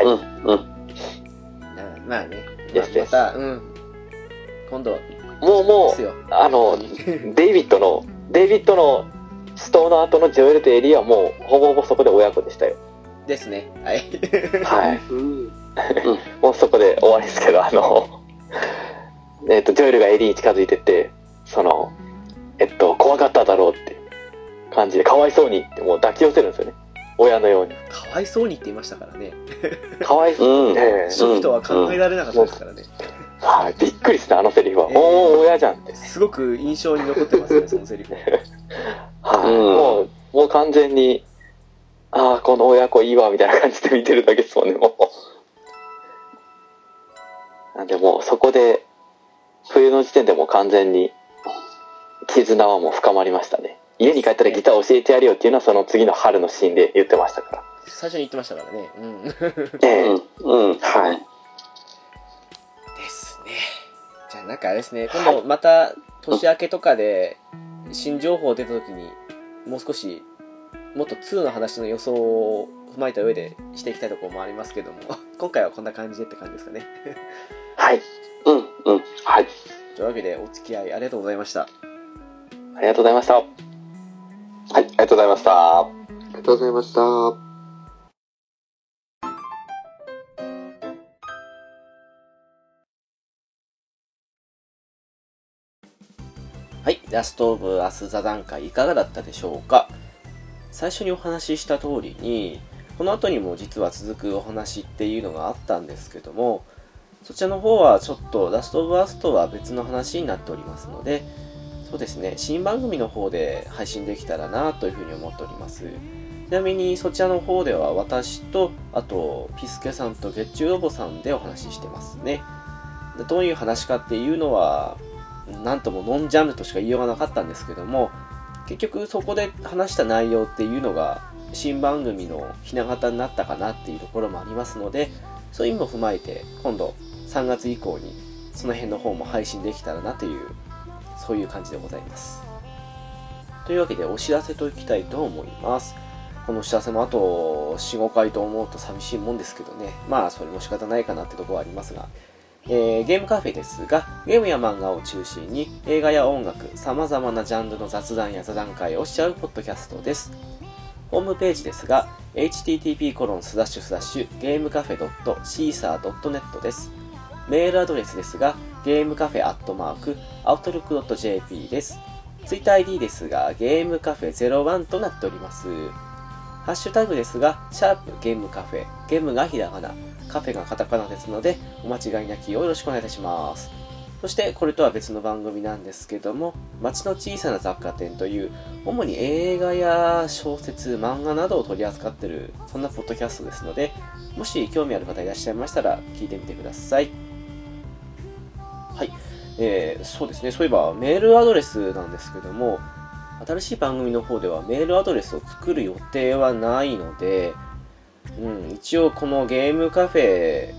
まあね、 また、今度もうデイビッドの死闘の後のジョエルとエリーはもうほぼほぼそこで親子でしたよ。 ですね。はい。 はい。もうそこで終わりですけど、ジョエルがエリーに近づいてって怖かっただろうって感じで、かわいそうにってもう抱き寄せるんですよね、親のように。 かわいそうにって言いましたからね。 かわいそう。 初期とは考えられなかったですからね。 はい、びっくりした、あのセリフは。おー、親じゃんって。 すごく印象に残ってますね、そのセリフ。 はい、もう完全に、ああ、この親子いいわ、みたいな感じで見てるだけですもんね、もう。なんでもう、そこで、冬の時点でもう完全に、絆はもう深まりましたね。家に帰ったらギター教えてやるよっていうのは、その次の春のシーンで言ってましたから。 最初に言ってましたからね。 はい。 ですね。じゃあなんかあれですね、今度また年明けとかで新情報出た時にもう少しもっと2の話の予想を踏まえた上でしていきたいところもありますけども、今回はこんな感じでって感じですかね。 はい。はい。 というわけでお付き合いありがとうございました。 ありがとうございました。はい、 ありがとうございました。 ありがとうございました。 はい、ラストオブアス座談会いかがだったでしょうか。最初にお話しした通りに、この後にも実は続くお話っていうのがあったんですけども、そちらの方はちょっとラストオブアスとは別の話になっておりますので、そうですね、新番組の方で配信できたらなというふうに思っております。ちなみにそちらの方では私と、あとピスケさんと月中ロボさんでお話ししてますね。どういう話かっていうのは、なんともノンジャンルとしか言いようがなかったんですけども、結局そこで話した内容っていうのが新番組のひな形になったかなっていうところもありますので、そういう意味も踏まえて今度3月以降にその辺の方も配信できたらなという、そういう感じでございます。というわけでお知らせといきたいと思います。このお知らせもあと 4,5 回と思うと寂しいもんですけどね、まあそれも仕方ないかなってところはありますが、ゲームカフェですが、ゲームや漫画を中心に映画や音楽、様々なジャンルの雑談や座談会をしちゃうポッドキャストです。ホームページですが、http://gamecafé.caesar.net です。メールアドレスですが、gamecafe@outlook.jp です。ツイッター ID ですが、ゲームカフェ01となっております。ハッシュタグですが、ゲームカフェ、ゲームがひらがな、カフェがカタカナですので、お間違いなきようよろしくお願いいたします。そして、これとは別の番組なんですけども、街の小さな雑貨店という、主に映画や小説、漫画などを取り扱っている、そんなポッドキャストですので、もし興味ある方いらっしゃいましたら、聞いてみてください。はい。そうですね、そういえばメールアドレスなんですけども、新しい番組の方ではメールアドレスを作る予定はないので、一応このゲームカフェ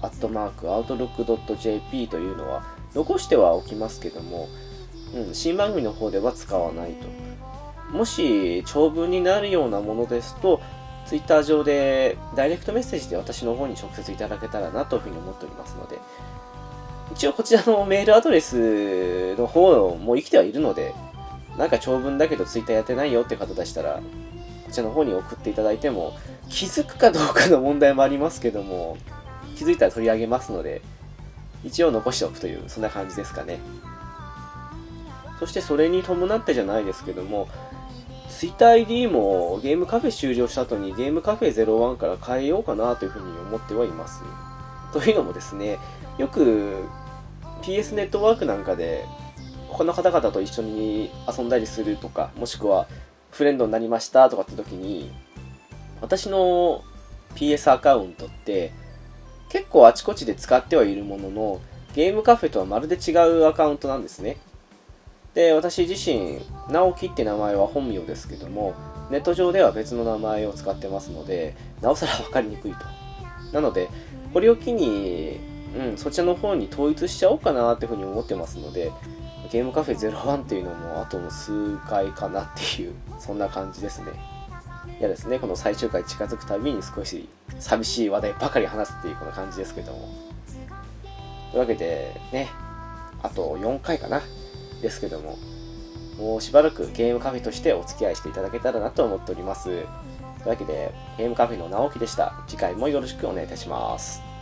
@outlook.jp というのは残してはおきますけども、新番組の方では使わないと。もし長文になるようなものですと、ツイッター上でダイレクトメッセージで私の方に直接いただけたらなというふうに思っておりますので、一応こちらのメールアドレスの方も生きてはいるので、なんか長文だけどツイッターやってないよって方でしたら、こちらの方に送っていただいても、気づくかどうかの問題もありますけども、気づいたら取り上げますので、一応残しておくという、そんな感じですかね。そしてそれに伴ってじゃないですけども、ツイッター ID もゲームカフェ終了した後にゲームカフェ01から変えようかなというふうに思ってはいます。というのもですね、よく PS ネットワークなんかで他の方々と一緒に遊んだりするとか、もしくはフレンドになりましたとかって時に、私の PS アカウントって結構あちこちで使ってはいるものの、ゲームカフェとはまるで違うアカウントなんですね。 で、私自身、直樹って名前は本名ですけども、ネット上では別の名前を使ってますので、なおさら分かりにくいと。なので、これを機に、そちらの方に統一しちゃおうかなっていうふうに思ってますので、ゲームカフェ01っていうのもあと数回かなっていう、そんな感じですね。いやですね、この最終回近づくたびに少し寂しい話題ばかり話すっていうこの感じですけども。というわけでね、あと4回かなですけども、もうしばらくゲームカフェとしてお付き合いしていただけたらなと思っております。というわけで、ゲームカフェの直樹でした。次回もよろしくお願いいたします。